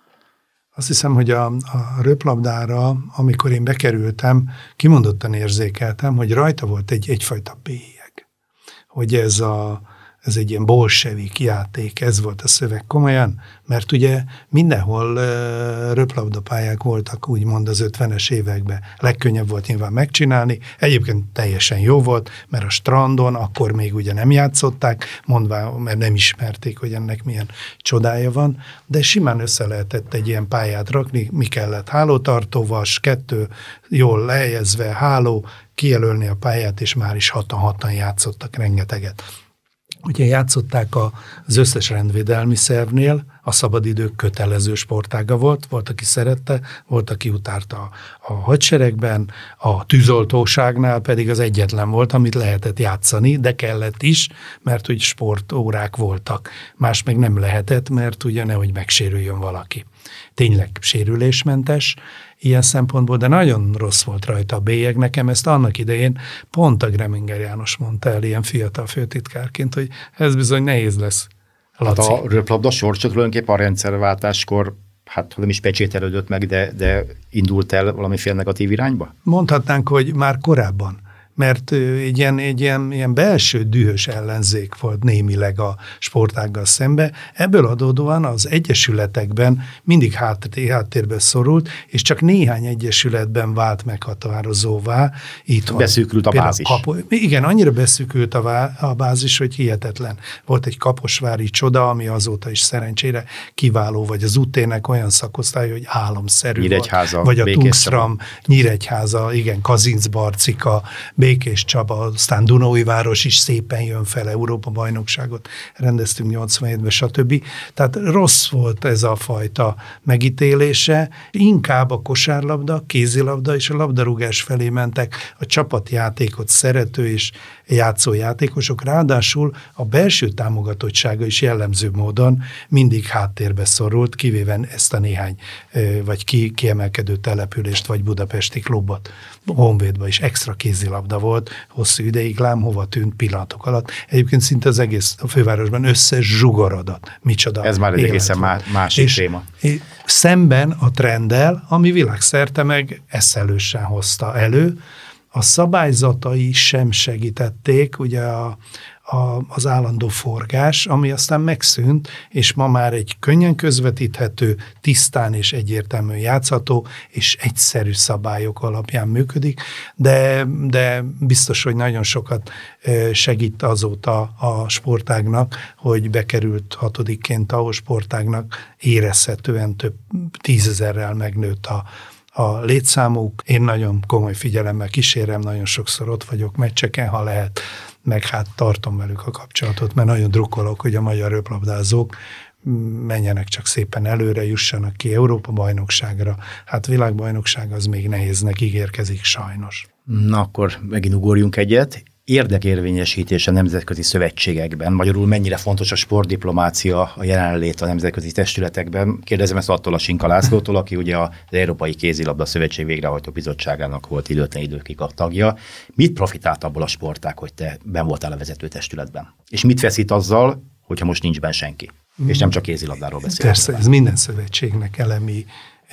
Azt hiszem, hogy a, a röplabdára, amikor én bekerültem, kimondottan érzékeltem, hogy rajta volt egy, egyfajta bélyeg. Hogy ez a ez egy ilyen bolsevik játék, ez volt a szöveg komolyan, mert ugye mindenhol uh, röplabdapályák voltak, úgymond az ötvenes években. Legkönnyebb volt nyilván megcsinálni, egyébként teljesen jó volt, mert a strandon akkor még ugye nem játszották, mondvá, mert nem ismerték, hogy ennek milyen csodája van, de simán össze lehetett egy ilyen pályát rakni, mi kellett hálótartóvas, kettő jól lejezve, háló, kijelölni a pályát, és már is hatan-hatan játszottak rengeteget. Ugye játszották az összes rendvédelmi szervnél, a szabadidők kötelező sportága volt, volt, aki szerette, volt, aki utálta a hadseregben, a tűzoltóságnál pedig az egyetlen volt, amit lehetett játszani, de kellett is, mert úgy sportórák voltak. Más meg nem lehetett, mert ugye nehogy megsérüljön valaki. Tényleg sérülésmentes ilyen szempontból, de nagyon rossz volt rajta a bélyeg. Nekem ezt annak idején pont a Greminger János mondta el ilyen fiatal főtitkárként, hogy ez bizony nehéz lesz. Laci. Hát a röplabda sorsa tulajdonképpen a rendszerváltáskor, hát nem is pecsételődött meg, de, de indult el valamiféle negatív irányba? Mondhatnánk, hogy már korábban, mert egy ilyen, egy ilyen, ilyen belső dühös ellenzék volt némileg a sportággal szembe. Ebből adódóan az egyesületekben mindig háttérbe szorult, és csak néhány egyesületben vált meghatározóvá. Itt beszűkült a bázis. Kapo, igen, annyira beszűkült a, vá, a bázis, hogy hihetetlen. Volt egy kaposvári csoda, ami azóta is szerencsére kiváló, vagy az útének olyan szakosztály, hogy álomszerű Nyíregyháza, volt. Vagy a Tungsram, Csaba. Nyíregyháza, igen, Kazincbarcika, Békés Csaba, aztán Dunaújváros is szépen jön fel, Európa-bajnokságot rendeztünk nyolcvanhétben, stb. Tehát rossz volt ez a fajta megítélése, inkább a kosárlabda, kézilabda és a labdarúgás felé mentek a csapatjátékot szerető és játszó játékosok, ráadásul a belső támogatottsága is jellemző módon mindig háttérbe szorult, kivéve ezt a néhány vagy ki, kiemelkedő települést, vagy budapesti klubot. Honvédban is extra kézilabda volt, hosszú ideig, lám hova tűnt pillanatok alatt. Egyébként szinte az egész a fővárosban összezsugorodott. Micsoda ez már egy egészen másik és téma. Szemben a trenddel, ami világszerte meg eszelősen hozta elő, a szabályzatai sem segítették, ugye a, a, az állandó forgás, ami aztán megszűnt, és ma már egy könnyen közvetíthető, tisztán és egyértelműen játszható, és egyszerű szabályok alapján működik, de, de biztos, hogy nagyon sokat segít azóta a sportágnak, hogy bekerült hatodikként a sportágnak érezhetően több tízezerrel megnőtt a a létszámuk. Én nagyon komoly figyelemmel kísérem, nagyon sokszor ott vagyok meccseken, ha lehet, meg hát tartom velük a kapcsolatot, mert nagyon drukkolok, hogy a magyar röplabdázók menjenek csak szépen előre, jussanak ki Európa-bajnokságra. Hát világbajnokság az még nehéznek ígérkezik sajnos. Na akkor megint ugorjunk egyet. Érdekérvényesítés a nemzetközi szövetségekben, magyarul mennyire fontos a sportdiplomácia, a jelenlét a nemzetközi testületekben. Kérdezem ezt attól a Sinka Lászlótól, aki ugye az Európai Kézilabda Szövetség végrehajtó bizottságának volt időtlen időkig a tagja. Mit profitált abból a sportág, hogy te benn voltál a vezető testületben? És mit veszít azzal, hogyha most nincs benne senki? És nem csak kézilabdáról beszélünk. Persze, ez minden szövetségnek elemi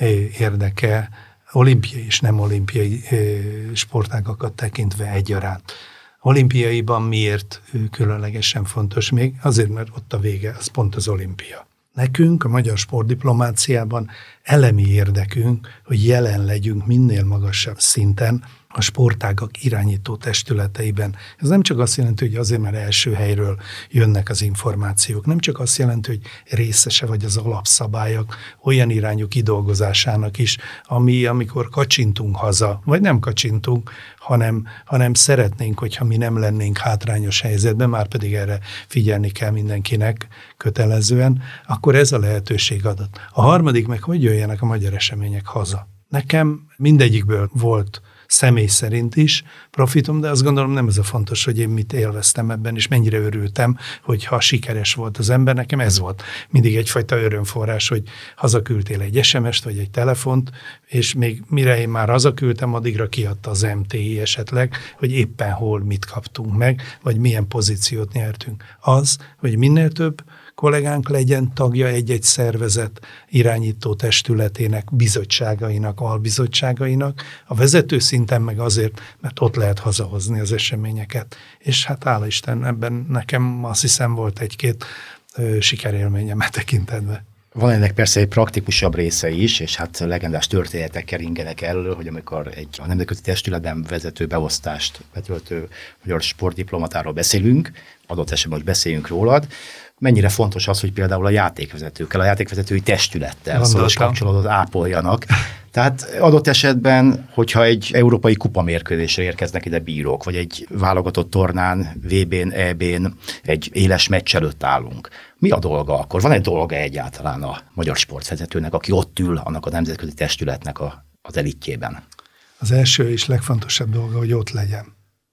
érdeke, olimpiai és nem olimpiai sportágakat tekintve egyaránt. Olimpiaiban miért különlegesen fontos még? Azért, mert ott a vége, az pont az olimpia. Nekünk a magyar sportdiplomáciában elemi érdekünk, hogy jelen legyünk minél magasabb szinten a sportágak irányító testületeiben. Ez nem csak azt jelenti, hogy azért, mert első helyről jönnek az információk, nem csak azt jelenti, hogy részese vagy az alapszabályok olyan irányú kidolgozásának is, ami amikor kacsintunk haza, vagy nem kacsintunk, hanem, hanem szeretnénk, hogyha mi nem lennénk hátrányos helyzetben, már pedig erre figyelni kell mindenkinek kötelezően, akkor ez a lehetőség adott. A harmadik meg, hogy jöjjenek a magyar események haza. Nekem mindegyikből volt személy szerint is profitom, de azt gondolom nem ez a fontos, hogy én mit élveztem ebben, és mennyire örültem, hogy ha sikeres volt az ember, nekem ez volt mindig egyfajta örömforrás, hogy hazaküldtél egy es em est, vagy egy telefont, és még mire én már hazaküldtem, addigra kiadta az em té i esetleg, hogy éppen hol mit kaptunk meg, vagy milyen pozíciót nyertünk. Az, hogy minél több kollégánk legyen tagja egy-egy szervezet irányító testületének, bizottságainak, albizottságainak, a vezető szinten meg azért, mert ott lehet hazahozni az eseményeket. És hát hála Isten, ebben nekem azt hiszem volt egy-két ö, sikerélményem e tekintetben. Van ennek persze egy praktikusabb része is, és hát legendás történetek keringenek elől, hogy amikor egy a nemzetközi testületben vezető beosztást betöltő magyar sportdiplomatáról beszélünk, adott esetben most beszéljünk rólad, mennyire fontos az, hogy például a játékvezetőkkel, a játékvezetői testülettel szoros kapcsolatot ápoljanak. Tehát adott esetben, hogyha egy európai kupamérkőzésre érkeznek ide bírók, vagy egy válogatott tornán, vé bén, é bén egy éles meccs előtt állunk, mi a dolga akkor? Van egy dolga egyáltalán a magyar sportvezetőnek, aki ott ül annak a nemzetközi testületnek a, az elitjében? Az első és legfontosabb dolga, hogy ott legyen.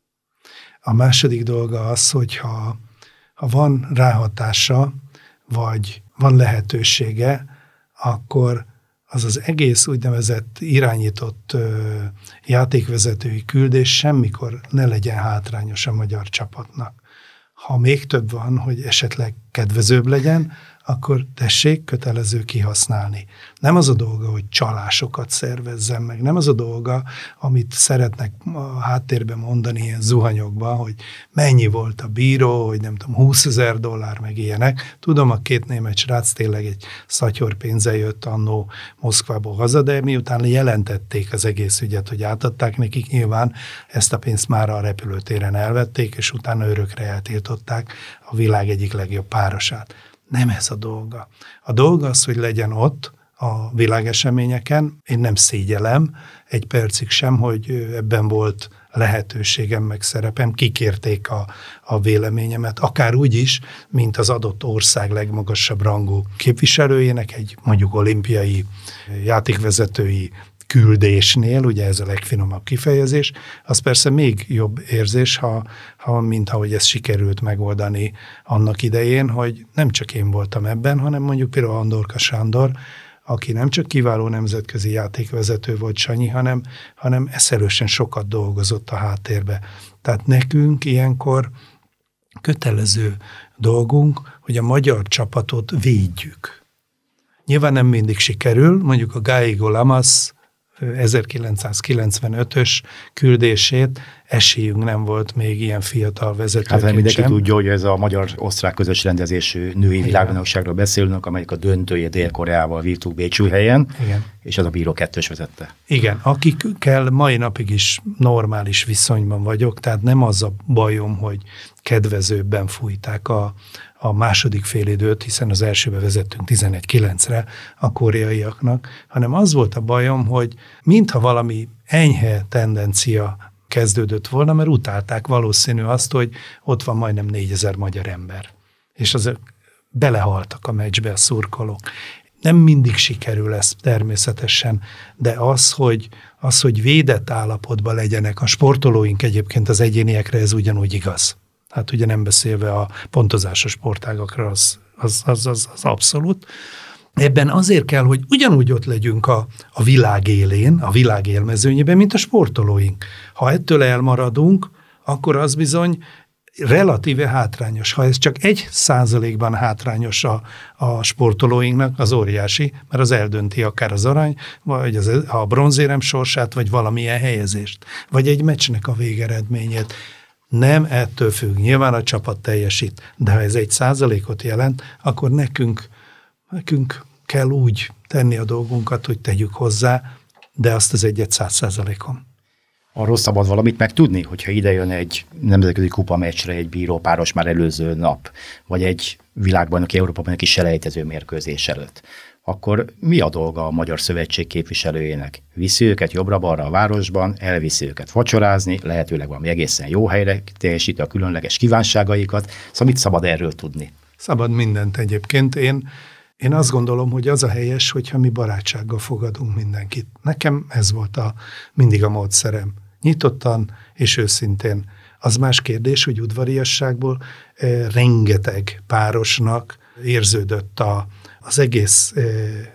A második dolga az, hogyha ha van ráhatása, vagy van lehetősége, akkor az az egész úgynevezett irányított ö, játékvezetői küldés semmikor ne legyen hátrányos a magyar csapatnak. Ha még több van, hogy esetleg kedvezőbb legyen, akkor tessék, kötelező kihasználni. Nem az a dolga, hogy csalásokat szervezzen meg, nem az a dolga, amit szeretnek a háttérben mondani ilyen zuhanyokban, hogy mennyi volt a bíró, hogy nem tudom, húszezer dollár, meg ilyenek. Tudom, a két német srác tényleg egy szatyor pénze jött annó Moszkvából haza, de miután jelentették az egész ügyet, hogy átadták nekik, nyilván ezt a pénzt már a repülőtéren elvették, és utána örökre eltiltották a világ egyik legjobb párosát. Nem ez a dolga. A dolga az, hogy legyen ott a világeseményeken. Én nem szégyellem egy percig sem, hogy ebben volt lehetőségem, meg szerepem. Kikérték a, a véleményemet, akár úgy is, mint az adott ország legmagasabb rangú képviselőjének, egy mondjuk olimpiai játékvezetői küldésnél, ugye ez a legfinomabb kifejezés, az persze még jobb érzés, ha, ha mint ahogy ezt sikerült megoldani annak idején, hogy nem csak én voltam ebben, hanem mondjuk például Andorka Sándor, aki nem csak kiváló nemzetközi játékvezető volt, Sanyi, hanem, hanem eszelősen sokat dolgozott a háttérbe. Tehát nekünk ilyenkor kötelező dolgunk, hogy a magyar csapatot védjük. Nyilván nem mindig sikerül, mondjuk a Gallego Lamas ezerkilencszázkilencvenötös küldését esélyünk nem volt még ilyen fiatal vezetőként hát mindenki sem. tudja, hogy ez a magyar-osztrák közös rendezésű női világbajnokságról beszélünk, amelyik a döntője Dél-Koreával vívtuk Bécsújhelyen, igen. És az a bíró kettős vezette. Igen, akikkel mai napig is normális viszonyban vagyok, tehát nem az a bajom, hogy kedvezőbben fújták a, a második félidőt, hiszen az elsőbe vezettünk tizenegy kilencre a koreaiaknak, hanem az volt a bajom, hogy mintha valami enyhe tendencia kezdődött volna, mert utálták valószínű azt, hogy ott van majdnem négyezer magyar ember. És azok belehaltak a meccsbe a szurkolók. Nem mindig sikerül ez természetesen, de az, hogy, az, hogy védett állapotban legyenek a sportolóink, egyébként az egyéniekre ez ugyanúgy igaz. Hát ugye nem beszélve a pontozásos sportágakra, az, az, az, az, az abszolút. Ebben azért kell, hogy ugyanúgy ott legyünk a, a világ élén, a világ élmezőnyében, mint a sportolóink. Ha ettől elmaradunk, akkor az bizony relatíve hátrányos. Ha ez csak egy százalékban hátrányos a, a sportolóinknak, az óriási, mert az eldönti akár az arany, vagy az, a bronzérem sorsát, vagy valamilyen helyezést, vagy egy meccsnek a végeredményét. Nem ettől függ. Nyilván a csapat teljesít, de ha ez egy százalékot jelent, akkor nekünk Nekünk kell úgy tenni a dolgunkat, hogy tegyük hozzá, de azt az egyet száz százalékon. Arról szabad valamit megtudni, hogyha ide jön egy nemzetközi kupa meccsre egy bírópáros már előző nap, vagy egy világbajnoki, Európa-bajnoki selejtező mérkőzés előtt, akkor mi a dolga a Magyar Szövetség képviselőjének? Viszi őket jobbra-balra a városban, elviszi őket vacsorázni, lehetőleg valami egészen jó helyre teljesíti a különleges kívánságaikat, szóval mit szabad erről tudni? Szabad mindent egyébként. Én, én azt gondolom, hogy az a helyes, hogyha mi barátsággal fogadunk mindenkit. Nekem ez volt a, mindig a módszerem. Nyitottan és őszintén. Az más kérdés, hogy udvariasságból eh, rengeteg párosnak érződött a, az egész eh,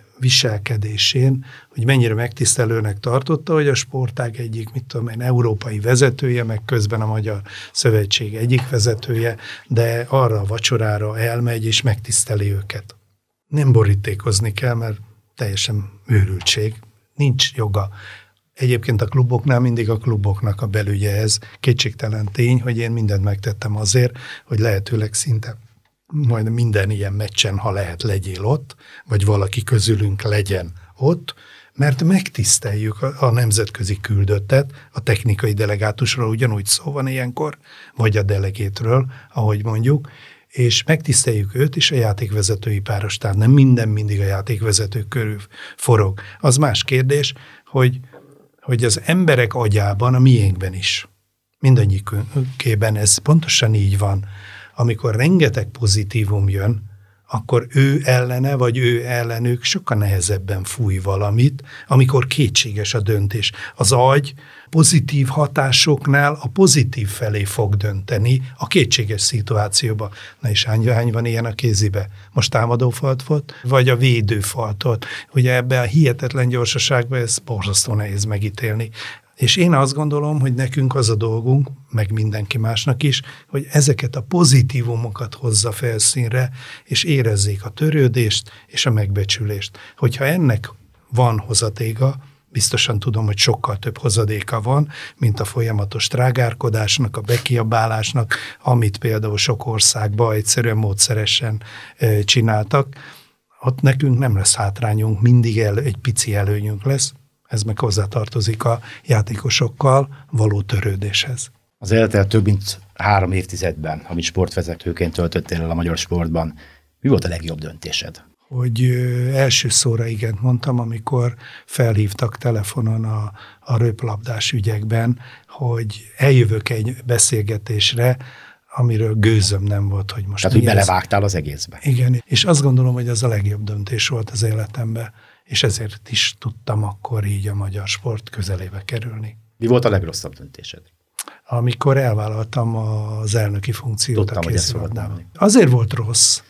viselkedésén, hogy mennyire megtisztelőnek tartotta, hogy a sportág egyik, mit tudom én, európai vezetője, meg közben a Magyar Szövetség egyik vezetője, de arra a vacsorára elmegy és megtiszteli őket. Nem borítékozni kell, mert teljesen őrültség. Nincs joga. Egyébként a kluboknál mindig a kluboknak a belügye ez. Kétségtelen tény, hogy én mindent megtettem azért, hogy lehetőleg szinte majd minden ilyen meccsen, ha lehet, legyél ott, vagy valaki közülünk legyen ott, mert megtiszteljük a, a nemzetközi küldöttet, a technikai delegátusról ugyanúgy szó van ilyenkor, vagy a delegétről, ahogy mondjuk, és megtiszteljük őt és a játékvezetői páros, tehát nem minden mindig a játékvezetők körül forog. Az más kérdés, hogy, hogy az emberek agyában, a miénkben is, mindannyiukében ez pontosan így van, amikor rengeteg pozitívum jön, akkor ő ellene, vagy ő ellenük sokkal nehezebben fúj valamit, amikor kétséges a döntés. Az agy pozitív hatásoknál a pozitív felé fog dönteni a kétséges szituációba. Na és hány, hány van ilyen a kézibe? Most támadófalt volt, vagy a védőfaltot? Ugye ebbe a hihetetlen gyorsaságban ez borzasztó nehéz megítélni. És én azt gondolom, hogy nekünk az a dolgunk, meg mindenki másnak is, hogy ezeket a pozitívumokat hozza felszínre, és érezzék a törődést és a megbecsülést. Hogyha ennek van hozadéka, biztosan tudom, hogy sokkal több hozadéka van, mint a folyamatos trágárkodásnak, a bekiabálásnak, amit például sok országban egyszerűen módszeresen e, csináltak. Ott nekünk nem lesz hátrányunk, mindig el, egy pici előnyünk lesz. Ez meg hozzátartozik a játékosokkal való törődéshez. Az eltelt több mint három évtizedben, amit sportvezetőként töltöttél el a magyar sportban, mi volt a legjobb döntésed? Hogy ö, első szóra igent mondtam, amikor felhívtak telefonon a, a röplabdás ügyekben, hogy eljövök egy beszélgetésre, amiről gőzöm nem volt, hogy most... Tehát, hogy belevágtál az egészbe. Igen, és azt gondolom, hogy ez a legjobb döntés volt az életemben, és ezért is tudtam akkor így a magyar sport közelébe kerülni. Mi volt a legrosszabb döntésed? Amikor elvállaltam az elnöki funkciót. Tudtam, a hogy ezt mondani. Azért volt rossz,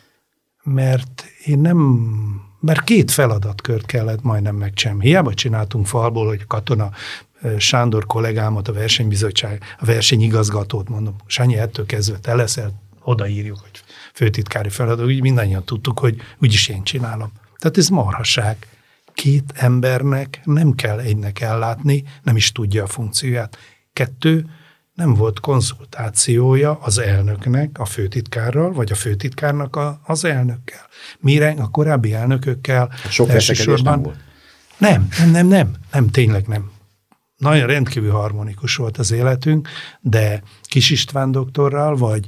mert én nem, mert két feladatkört kellett majdnem megcsinálni. Hiába csináltunk falból, hogy Katona Sándor kollégámat, a versenybizottság, a versenyigazgatót mondom, Sanyi, ettől kezdve te leszel, odaírjuk, hogy főtitkári feladat, úgy mindannyian tudtuk, hogy úgyis én csinálom. Tehát ez marhaság. Két embernek nem kell egynek ellátni, nem is tudja a funkcióját. Kettő, nem volt konzultációja az elnöknek, a főtitkárral, vagy a főtitkárnak a, az elnökkel. Mire a korábbi elnökökkel... Sok veszekedés nem volt? Nem, nem, nem, nem, nem, tényleg nem. Nagyon rendkívül harmonikus volt az életünk, de Kis István doktorral, vagy,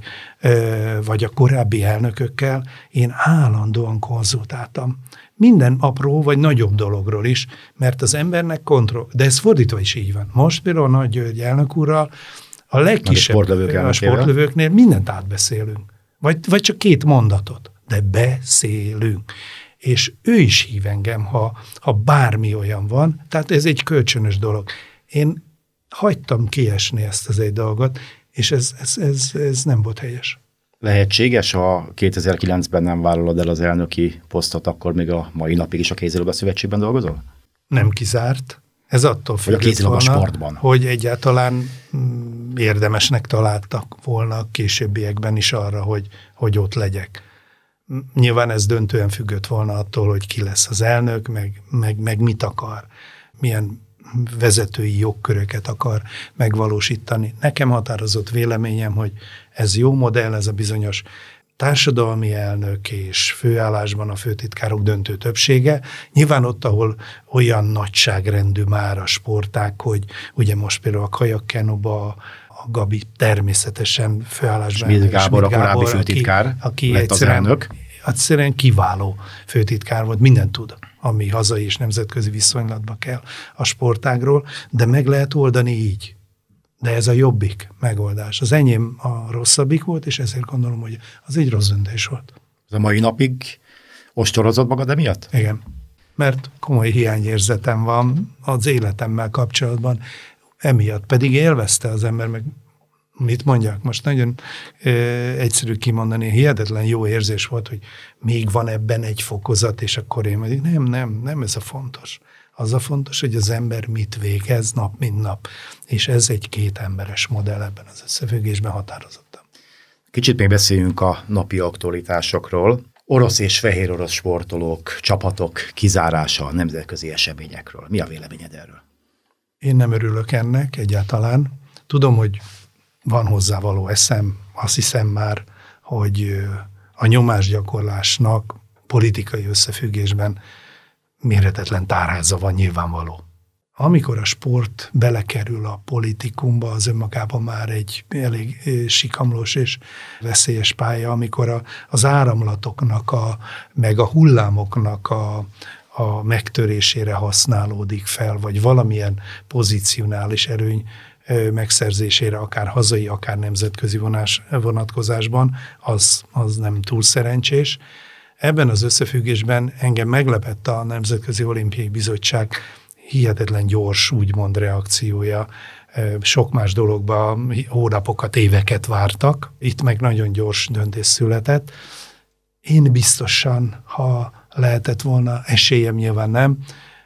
vagy a korábbi elnökökkel én állandóan konzultáltam. Minden apró vagy nagyobb dologról is, mert az embernek kontroll, de ez fordítva is így van. Most például Nagy György elnök úrral a legkisebb a sportlövőknél mindent átbeszélünk. Vagy, vagy csak két mondatot, de beszélünk. És ő is hív engem, ha, ha bármi olyan van, tehát ez egy kölcsönös dolog. Én hagytam kiesni ezt az egy dolgot, és ez, ez, ez, ez nem volt helyes. Lehetséges, ha kétezer-kilencben nem vállalod el az elnöki posztot, akkor még a mai napig is a kézilabda szövetségben dolgozol? Nem kizárt. Ez attól függött volna, sportban. Hogy egyáltalán érdemesnek találtak volna a későbbiekben is arra, hogy, hogy ott legyek. Nyilván ez döntően függött volna attól, hogy ki lesz az elnök, meg, meg, meg mit akar, milyen vezetői jogköröket akar megvalósítani. Nekem határozott véleményem, hogy ez jó modell, ez a bizonyos társadalmi elnök és főállásban a főtitkárok döntő többsége. Nyilván ott, ahol olyan nagyságrendű már a sportág, hogy ugye most például a kajakkenóba a Gabi természetesen főállásban. Schmidt Gábor, a korábbi főtitkár aki, aki lett az elnök. Egyszerűen kiváló főtitkár volt, mindent tud, ami hazai és nemzetközi viszonylatba kell a sportágról, de meg lehet oldani így. De ez a jobbik megoldás. Az enyém a rosszabbik volt, és ezért gondolom, hogy az egy rossz döntés volt. Ez a mai napig ostorozott magad emiatt? Igen, mert komoly hiányérzetem van az életemmel kapcsolatban, emiatt pedig élvezte az ember, meg mit mondjak, most nagyon ö, egyszerű kimondani, hihetetlen jó érzés volt, hogy még van ebben egy fokozat, és akkor én mondjuk, nem, nem, nem ez a fontos. Az a fontos, hogy az ember mit végez nap, mint nap. És ez egy két emberes modell ebben az összefüggésben határozottan. Kicsit még beszéljünk a napi aktualitásokról. Orosz és fehér orosz sportolók, csapatok kizárása a nemzetközi eseményekről. Mi a véleményed erről? Én nem örülök ennek egyáltalán. Tudom, hogy van hozzávaló eszem, azt hiszem már, hogy a nyomásgyakorlásnak politikai összefüggésben mérhetetlen tárháza van nyilvánvaló. Amikor a sport belekerül a politikumba, az önmagában már egy elég sikamlós és veszélyes pálya, amikor a, az áramlatoknak, a, meg a hullámoknak a, a megtörésére használódik fel, vagy valamilyen pozicionális erőny megszerzésére, akár hazai, akár nemzetközi vonás, vonatkozásban, az, az nem túl szerencsés. Ebben az összefüggésben engem meglepett a Nemzetközi Olimpiai Bizottság hihetetlen gyors, úgymond reakciója. Sok más dologban hónapokat, éveket vártak, itt meg nagyon gyors döntés született. Én biztosan, ha lehetett volna, esélyem nyilván nem,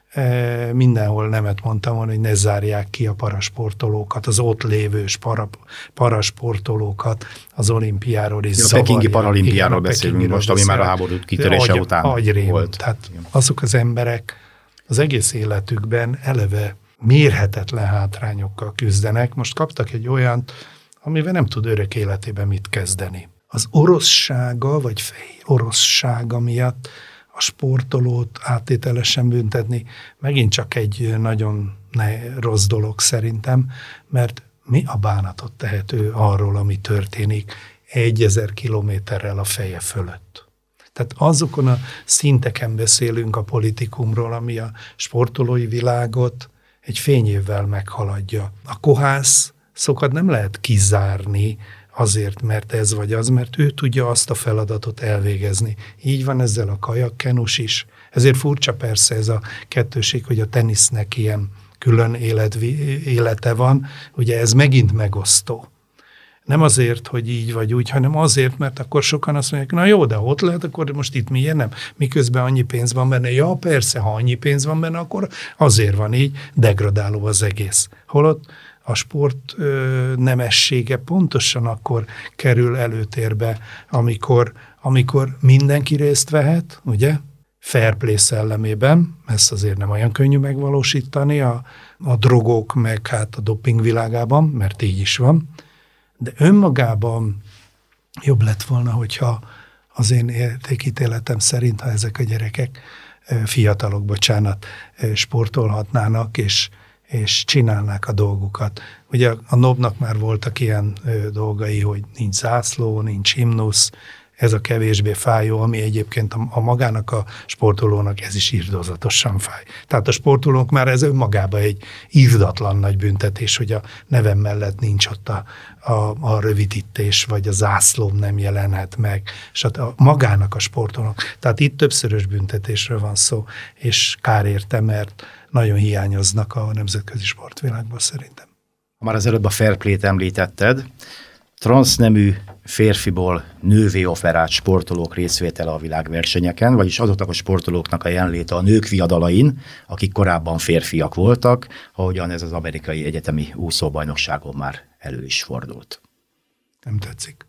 mindenhol nemet mondtam volna, hogy ne zárják ki a parasportolókat, az ott lévő para, parasportolókat az olimpiáról és zavarják. A pekingi paralimpiáról beszélünk most, ami már a háború kitörése agy, után agyrém volt. Tehát azok az emberek az egész életükben eleve mérhetetlen hátrányokkal küzdenek. Most kaptak egy olyant, amivel nem tud örök életében mit kezdeni. Az oroszsága, vagy fehér oroszsága miatt a sportolót áttételesen büntetni megint csak egy nagyon ne, rossz dolog szerintem, mert mi a bánatot tehető arról, ami történik egyezer kilométerrel a feje fölött. Tehát azokon a szinteken beszélünk a politikumról, ami a sportolói világot egy fényévvel meghaladja. A kohászokat nem lehet kizárni azért, mert ez vagy az, mert ő tudja azt a feladatot elvégezni. Így van ezzel a kajakkenus is. Ezért furcsa persze ez a kettőség, hogy a tenisznek ilyen külön életvi, élete van. Ugye ez megint megosztó. Nem azért, hogy így vagy úgy, hanem azért, mert akkor sokan azt mondják, na jó, de ott lehet, akkor most itt miért nem? Miközben annyi pénz van benne. Ja, persze, ha annyi pénz van benne, akkor azért van így, degradáló az egész. Holott a sport ö, nemessége pontosan akkor kerül előtérbe, amikor, amikor mindenki részt vehet, ugye? Fair play szellemében, ezt azért nem olyan könnyű megvalósítani a, a drogok, meg hát a doping világában, mert így is van, de önmagában jobb lett volna, hogyha az én értékítéletem szerint, ha ezek a gyerekek, fiatalok, bocsánat, sportolhatnának, és és csinálnák a dolgukat. Ugye a nobnak már voltak ilyen ö, dolgai, hogy nincs zászló, nincs himnusz, ez a kevésbé fájó, ami egyébként a, a magának a sportolónak ez is irdozatosan fáj. Tehát a sportolók már ez önmagában egy írdatlan nagy büntetés, hogy a nevem mellett nincs ott a, a, a rövidítés, vagy a zászlóm nem jelenhet meg, és a, magának a sportolók. Tehát itt többszörös büntetésről van szó, és kár érte, mert nagyon hiányoznak a nemzetközi sportvilágban szerintem. Már az előbb a fair play-t említetted, transznemű férfiból nővé operált sportolók részvétele a világversenyeken, vagyis azoknak a sportolóknak a jelenléte a nők viadalain, akik korábban férfiak voltak, ahogyan ez az amerikai egyetemi úszóbajnokságon már elő is fordult. Nem tetszik.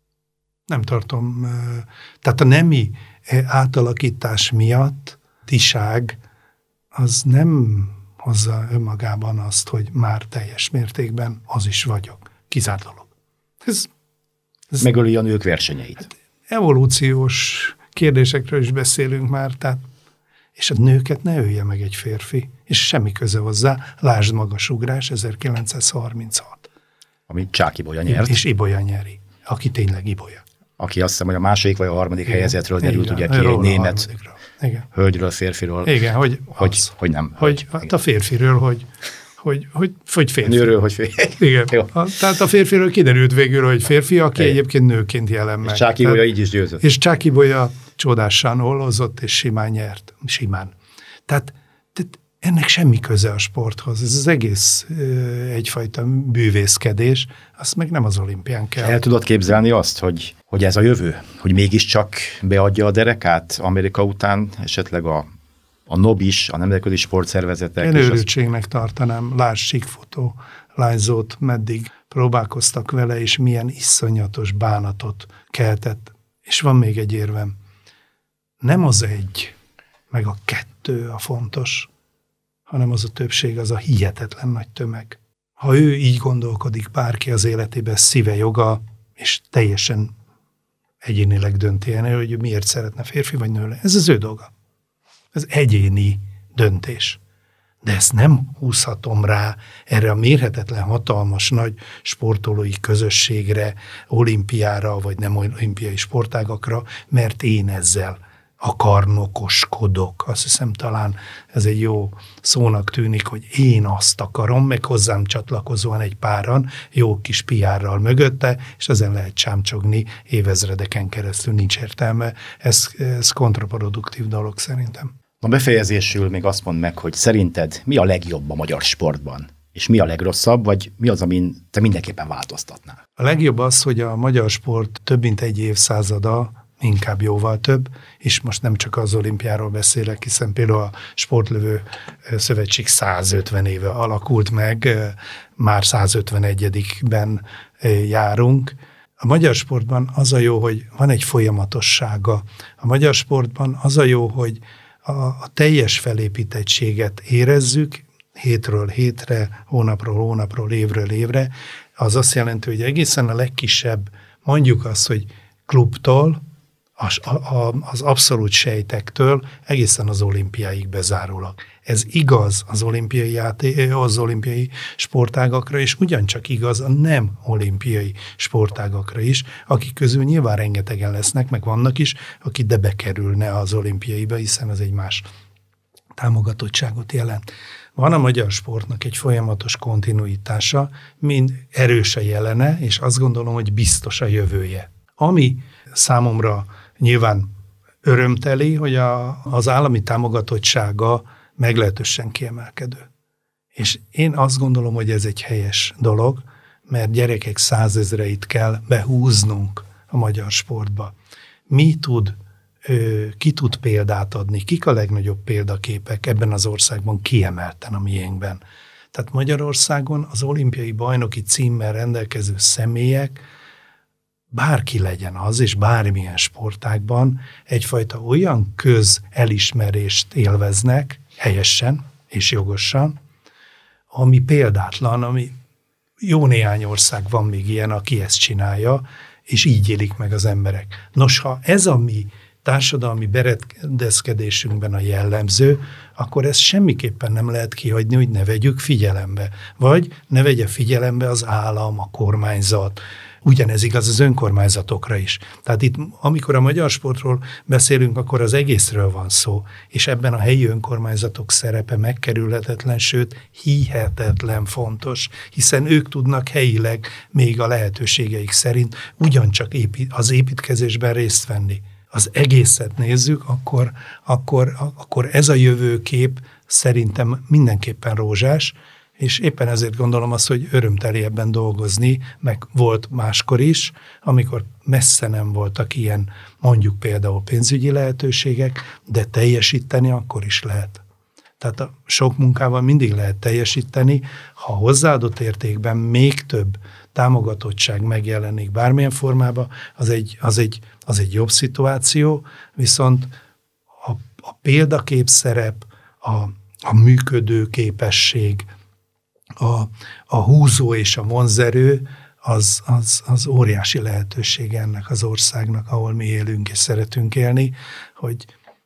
Nem tartom. Tehát a nemi átalakítás miatt tiság az nem hozza önmagában azt, hogy már teljes mértékben az is vagyok. Kizárt dolog. Ez, ez megöli a nők versenyeit. evolúciós kérdésekről is beszélünk már, tehát és a nőket ne ölje meg egy férfi, és semmi köze hozzá, lásd magasugrás ezerkilencszázharminchat. Amit Csák Ibolya nyert. És Ibolya nyeri, aki tényleg Ibolya. Aki azt hiszem, hogy a második vagy a harmadik igen, helyezetről derült ugye ki egy német hölgyről, férfiról. Igen, hogy, hogy, az, hogy nem. Hogy, hát a férfiről, hogy, hogy, hogy, hogy férfi. Nőről, hogy férfi. Igen. A, tehát a férfiről kiderült végül, hogy férfi, aki igen. egyébként nőként jelen meg. És Csák Ibolya így is győzött. És Csák Ibolya csodásan hollozott, és simán nyert. Simán. Tehát, tehát ennek semmi köze a sporthoz. Ez az egész ö, egyfajta bűvészkedés, azt meg nem az olimpián kell. El tudod képzelni azt, hogy, hogy ez a jövő? Hogy mégiscsak beadja a derekát Amerika után, esetleg a, a en o bé is, a nemzetközi sportszervezetek? Én őrültségnek az... tartanám. Lásd síkfutó lányzót, meddig próbálkoztak vele, és milyen iszonyatos bánatot keltett. És van még egy érvem. Nem az egy, meg a kettő a fontos, hanem az a többség, az a hihetetlen nagy tömeg. Ha ő így gondolkodik, bárki az életében szíve joga, és teljesen egyénileg dönti el, hogy miért szeretne férfi vagy nő lenni. Ez az ő dolga. Ez egyéni döntés. De ezt nem húzhatom rá erre a mérhetetlen, hatalmas, nagy sportolói közösségre, olimpiára, vagy nem olimpiai sportágakra, mert én ezzel akarnokoskodok. Azt hiszem, talán ez egy jó szónak tűnik, hogy én azt akarom, meg hozzám csatlakozóan egy páran, jó kis piárral mögötte, és ezen lehet csámcsogni évezredeken keresztül, nincs értelme. Ez, ez kontraproduktív dolog szerintem. A befejezésül még azt mondd meg, hogy szerinted mi a legjobb a magyar sportban? És mi a legrosszabb, vagy mi az, amin te mindenképpen változtatnál? A legjobb az, hogy a magyar sport több mint egy évszázada, inkább jóval több, és most nem csak az olimpiáról beszélek, hiszen például a Sportlövő Szövetség százötven éve alakult meg, már százötvenegyedikben járunk. A magyar sportban az a jó, hogy van egy folyamatossága. A magyar sportban az a jó, hogy a, a teljes felépítettséget érezzük, hétről hétre, hónapról hónapról, évről évre. Az azt jelenti, hogy egészen a legkisebb, mondjuk azt, hogy klubtól, Az, a, az abszolút sejtektől egészen az olimpiáig bezárólag. Ez igaz az olimpiai, játé, az olimpiai sportágakra, és ugyancsak igaz a nem olimpiai sportágakra is, akik közül nyilván rengetegen lesznek, meg vannak is, aki de bekerülne az olimpiaiba, hiszen ez egy más támogatottságot jelent. Van a magyar sportnak egy folyamatos kontinuitása, mind erős a jelene, és azt gondolom, hogy biztos a jövője. Ami számomra nyilván örömteli, hogy a, az állami támogatottsága meglehetősen kiemelkedő. És én azt gondolom, hogy ez egy helyes dolog, mert gyerekek százezreit kell behúznunk a magyar sportba. Mi tud, ki tud példát adni, kik a legnagyobb példaképek ebben az országban kiemelten a miénkben. Tehát Magyarországon az olimpiai bajnoki címmel rendelkező személyek, bárki legyen az, és bármilyen sportágban egyfajta olyan közelismerést élveznek, helyesen és jogosan, ami példátlan, ami jó néhány ország van még ilyen, aki ezt csinálja, és így élik meg az emberek. Nos, ha ez a mi társadalmi berendezkedésünkben a jellemző, akkor ezt semmiképpen nem lehet kihagyni, hogy ne vegyük figyelembe. Vagy ne vegye figyelembe az állam, a kormányzat. Ugyanez igaz az önkormányzatokra is. Tehát itt, amikor a magyar sportról beszélünk, akkor az egészről van szó, és ebben a helyi önkormányzatok szerepe megkerülhetetlen, sőt, hihetetlen fontos, hiszen ők tudnak helyileg még a lehetőségeik szerint ugyancsak épít, az építkezésben részt venni. Az egészet nézzük, akkor, akkor, akkor ez a jövőkép szerintem mindenképpen rózsás, és éppen ezért gondolom azt, hogy örömteli ebben dolgozni, meg volt máskor is, amikor messze nem voltak ilyen, mondjuk például pénzügyi lehetőségek, de teljesíteni akkor is lehet. Tehát a sok munkával mindig lehet teljesíteni, ha hozzáadott értékben még több támogatottság megjelenik bármilyen formában, az egy, az egy, az egy jobb szituáció, viszont a, a példakép szerep, a, a működő képesség, A, a húzó és a vonzerő, az, az, az óriási lehetőség ennek az országnak, ahol mi élünk és szeretünk élni, hogy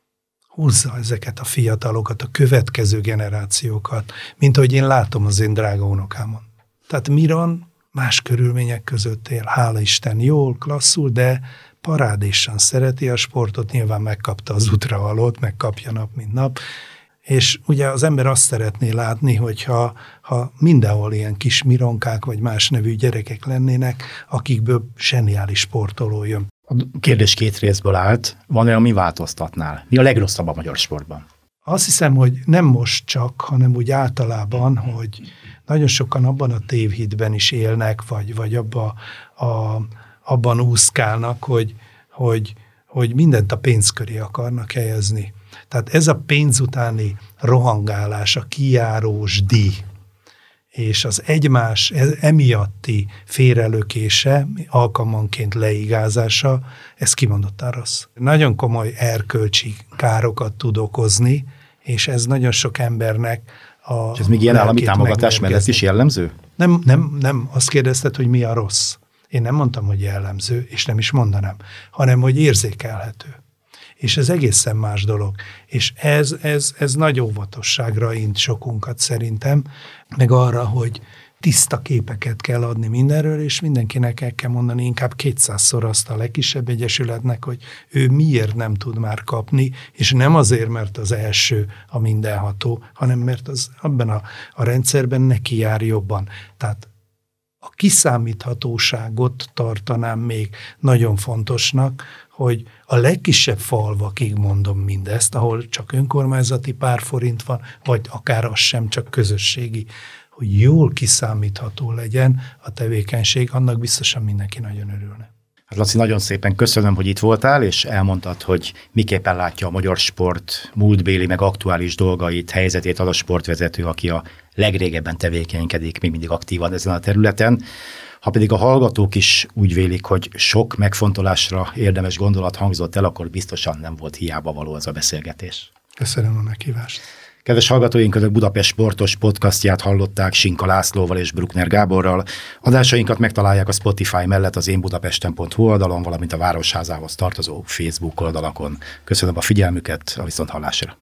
húzza ezeket a fiatalokat, a következő generációkat, mint ahogy én látom az én drága unokámon. Tehát Miron más körülmények között él, hála Isten, jól, klasszul, de parádésan szereti a sportot, nyilván megkapta az útravalót, megkapja nap, mint nap, és ugye az ember azt szeretné látni, hogyha ha mindenhol ilyen kis Mironkák vagy más nevű gyerekek lennének, akikből zseniális sportoló jön. A kérdés két részből állt. Van olyan, mi változtatnál? Mi a legrosszabb a magyar sportban? Azt hiszem, hogy nem most csak, hanem úgy általában, hogy nagyon sokan abban a tévhitben is élnek, vagy, vagy abba, a, abban úszkálnak, hogy, hogy, hogy mindent a pénz köré akarnak helyezni. Tehát ez a pénz utáni rohangálás, a kijárós díj, és az egymás emiatti félrelökése, alkalmanként leigázása, ez kimondottan rossz. Nagyon komoly erkölcsi károkat tud okozni, és ez nagyon sok embernek a És ez még ilyen állami támogatás mellett is jellemző? Nem, nem, nem. Azt kérdezted, hogy mi a rossz. Én nem mondtam, hogy jellemző, és nem is mondanám, hanem, hogy érzékelhető. És ez egészen más dolog. És ez, ez, ez nagy óvatosságra int sokunkat szerintem, meg arra, hogy tiszta képeket kell adni mindenről, és mindenkinek el kell mondani inkább kétszázszor azt a legkisebb egyesületnek, hogy ő miért nem tud már kapni, és nem azért, mert az első a mindenható, hanem mert az abban a, a rendszerben neki jár jobban. Tehát a kiszámíthatóságot tartanám még nagyon fontosnak, hogy a legkisebb falvakig mondom mindezt, ahol csak önkormányzati pár forint van, vagy akár az sem, csak közösségi, hogy jól kiszámítható legyen a tevékenység, annak biztosan mindenki nagyon örülne. Hát Laci, nagyon szépen köszönöm, hogy itt voltál, és elmondtad, hogy miképpen látja a magyar sport múltbéli, meg aktuális dolgait, helyzetét az a sportvezető, aki a legrégebben tevékenykedik, még mindig aktívan ezen a területen. Ha pedig a hallgatók is úgy vélik, hogy sok megfontolásra érdemes gondolat hangzott el, akkor biztosan nem volt hiába való ez a beszélgetés. Köszönöm a meghívást. Kedves hallgatóink, a Budapest Sportos podcastját hallották Sinka Lászlóval és Bruckner Gáborral. Adásainkat megtalálják a Spotify mellett az én budapesten pont hu oldalon, valamint a Városházához tartozó Facebook oldalakon. Köszönöm a figyelmüket, a viszonthallásra.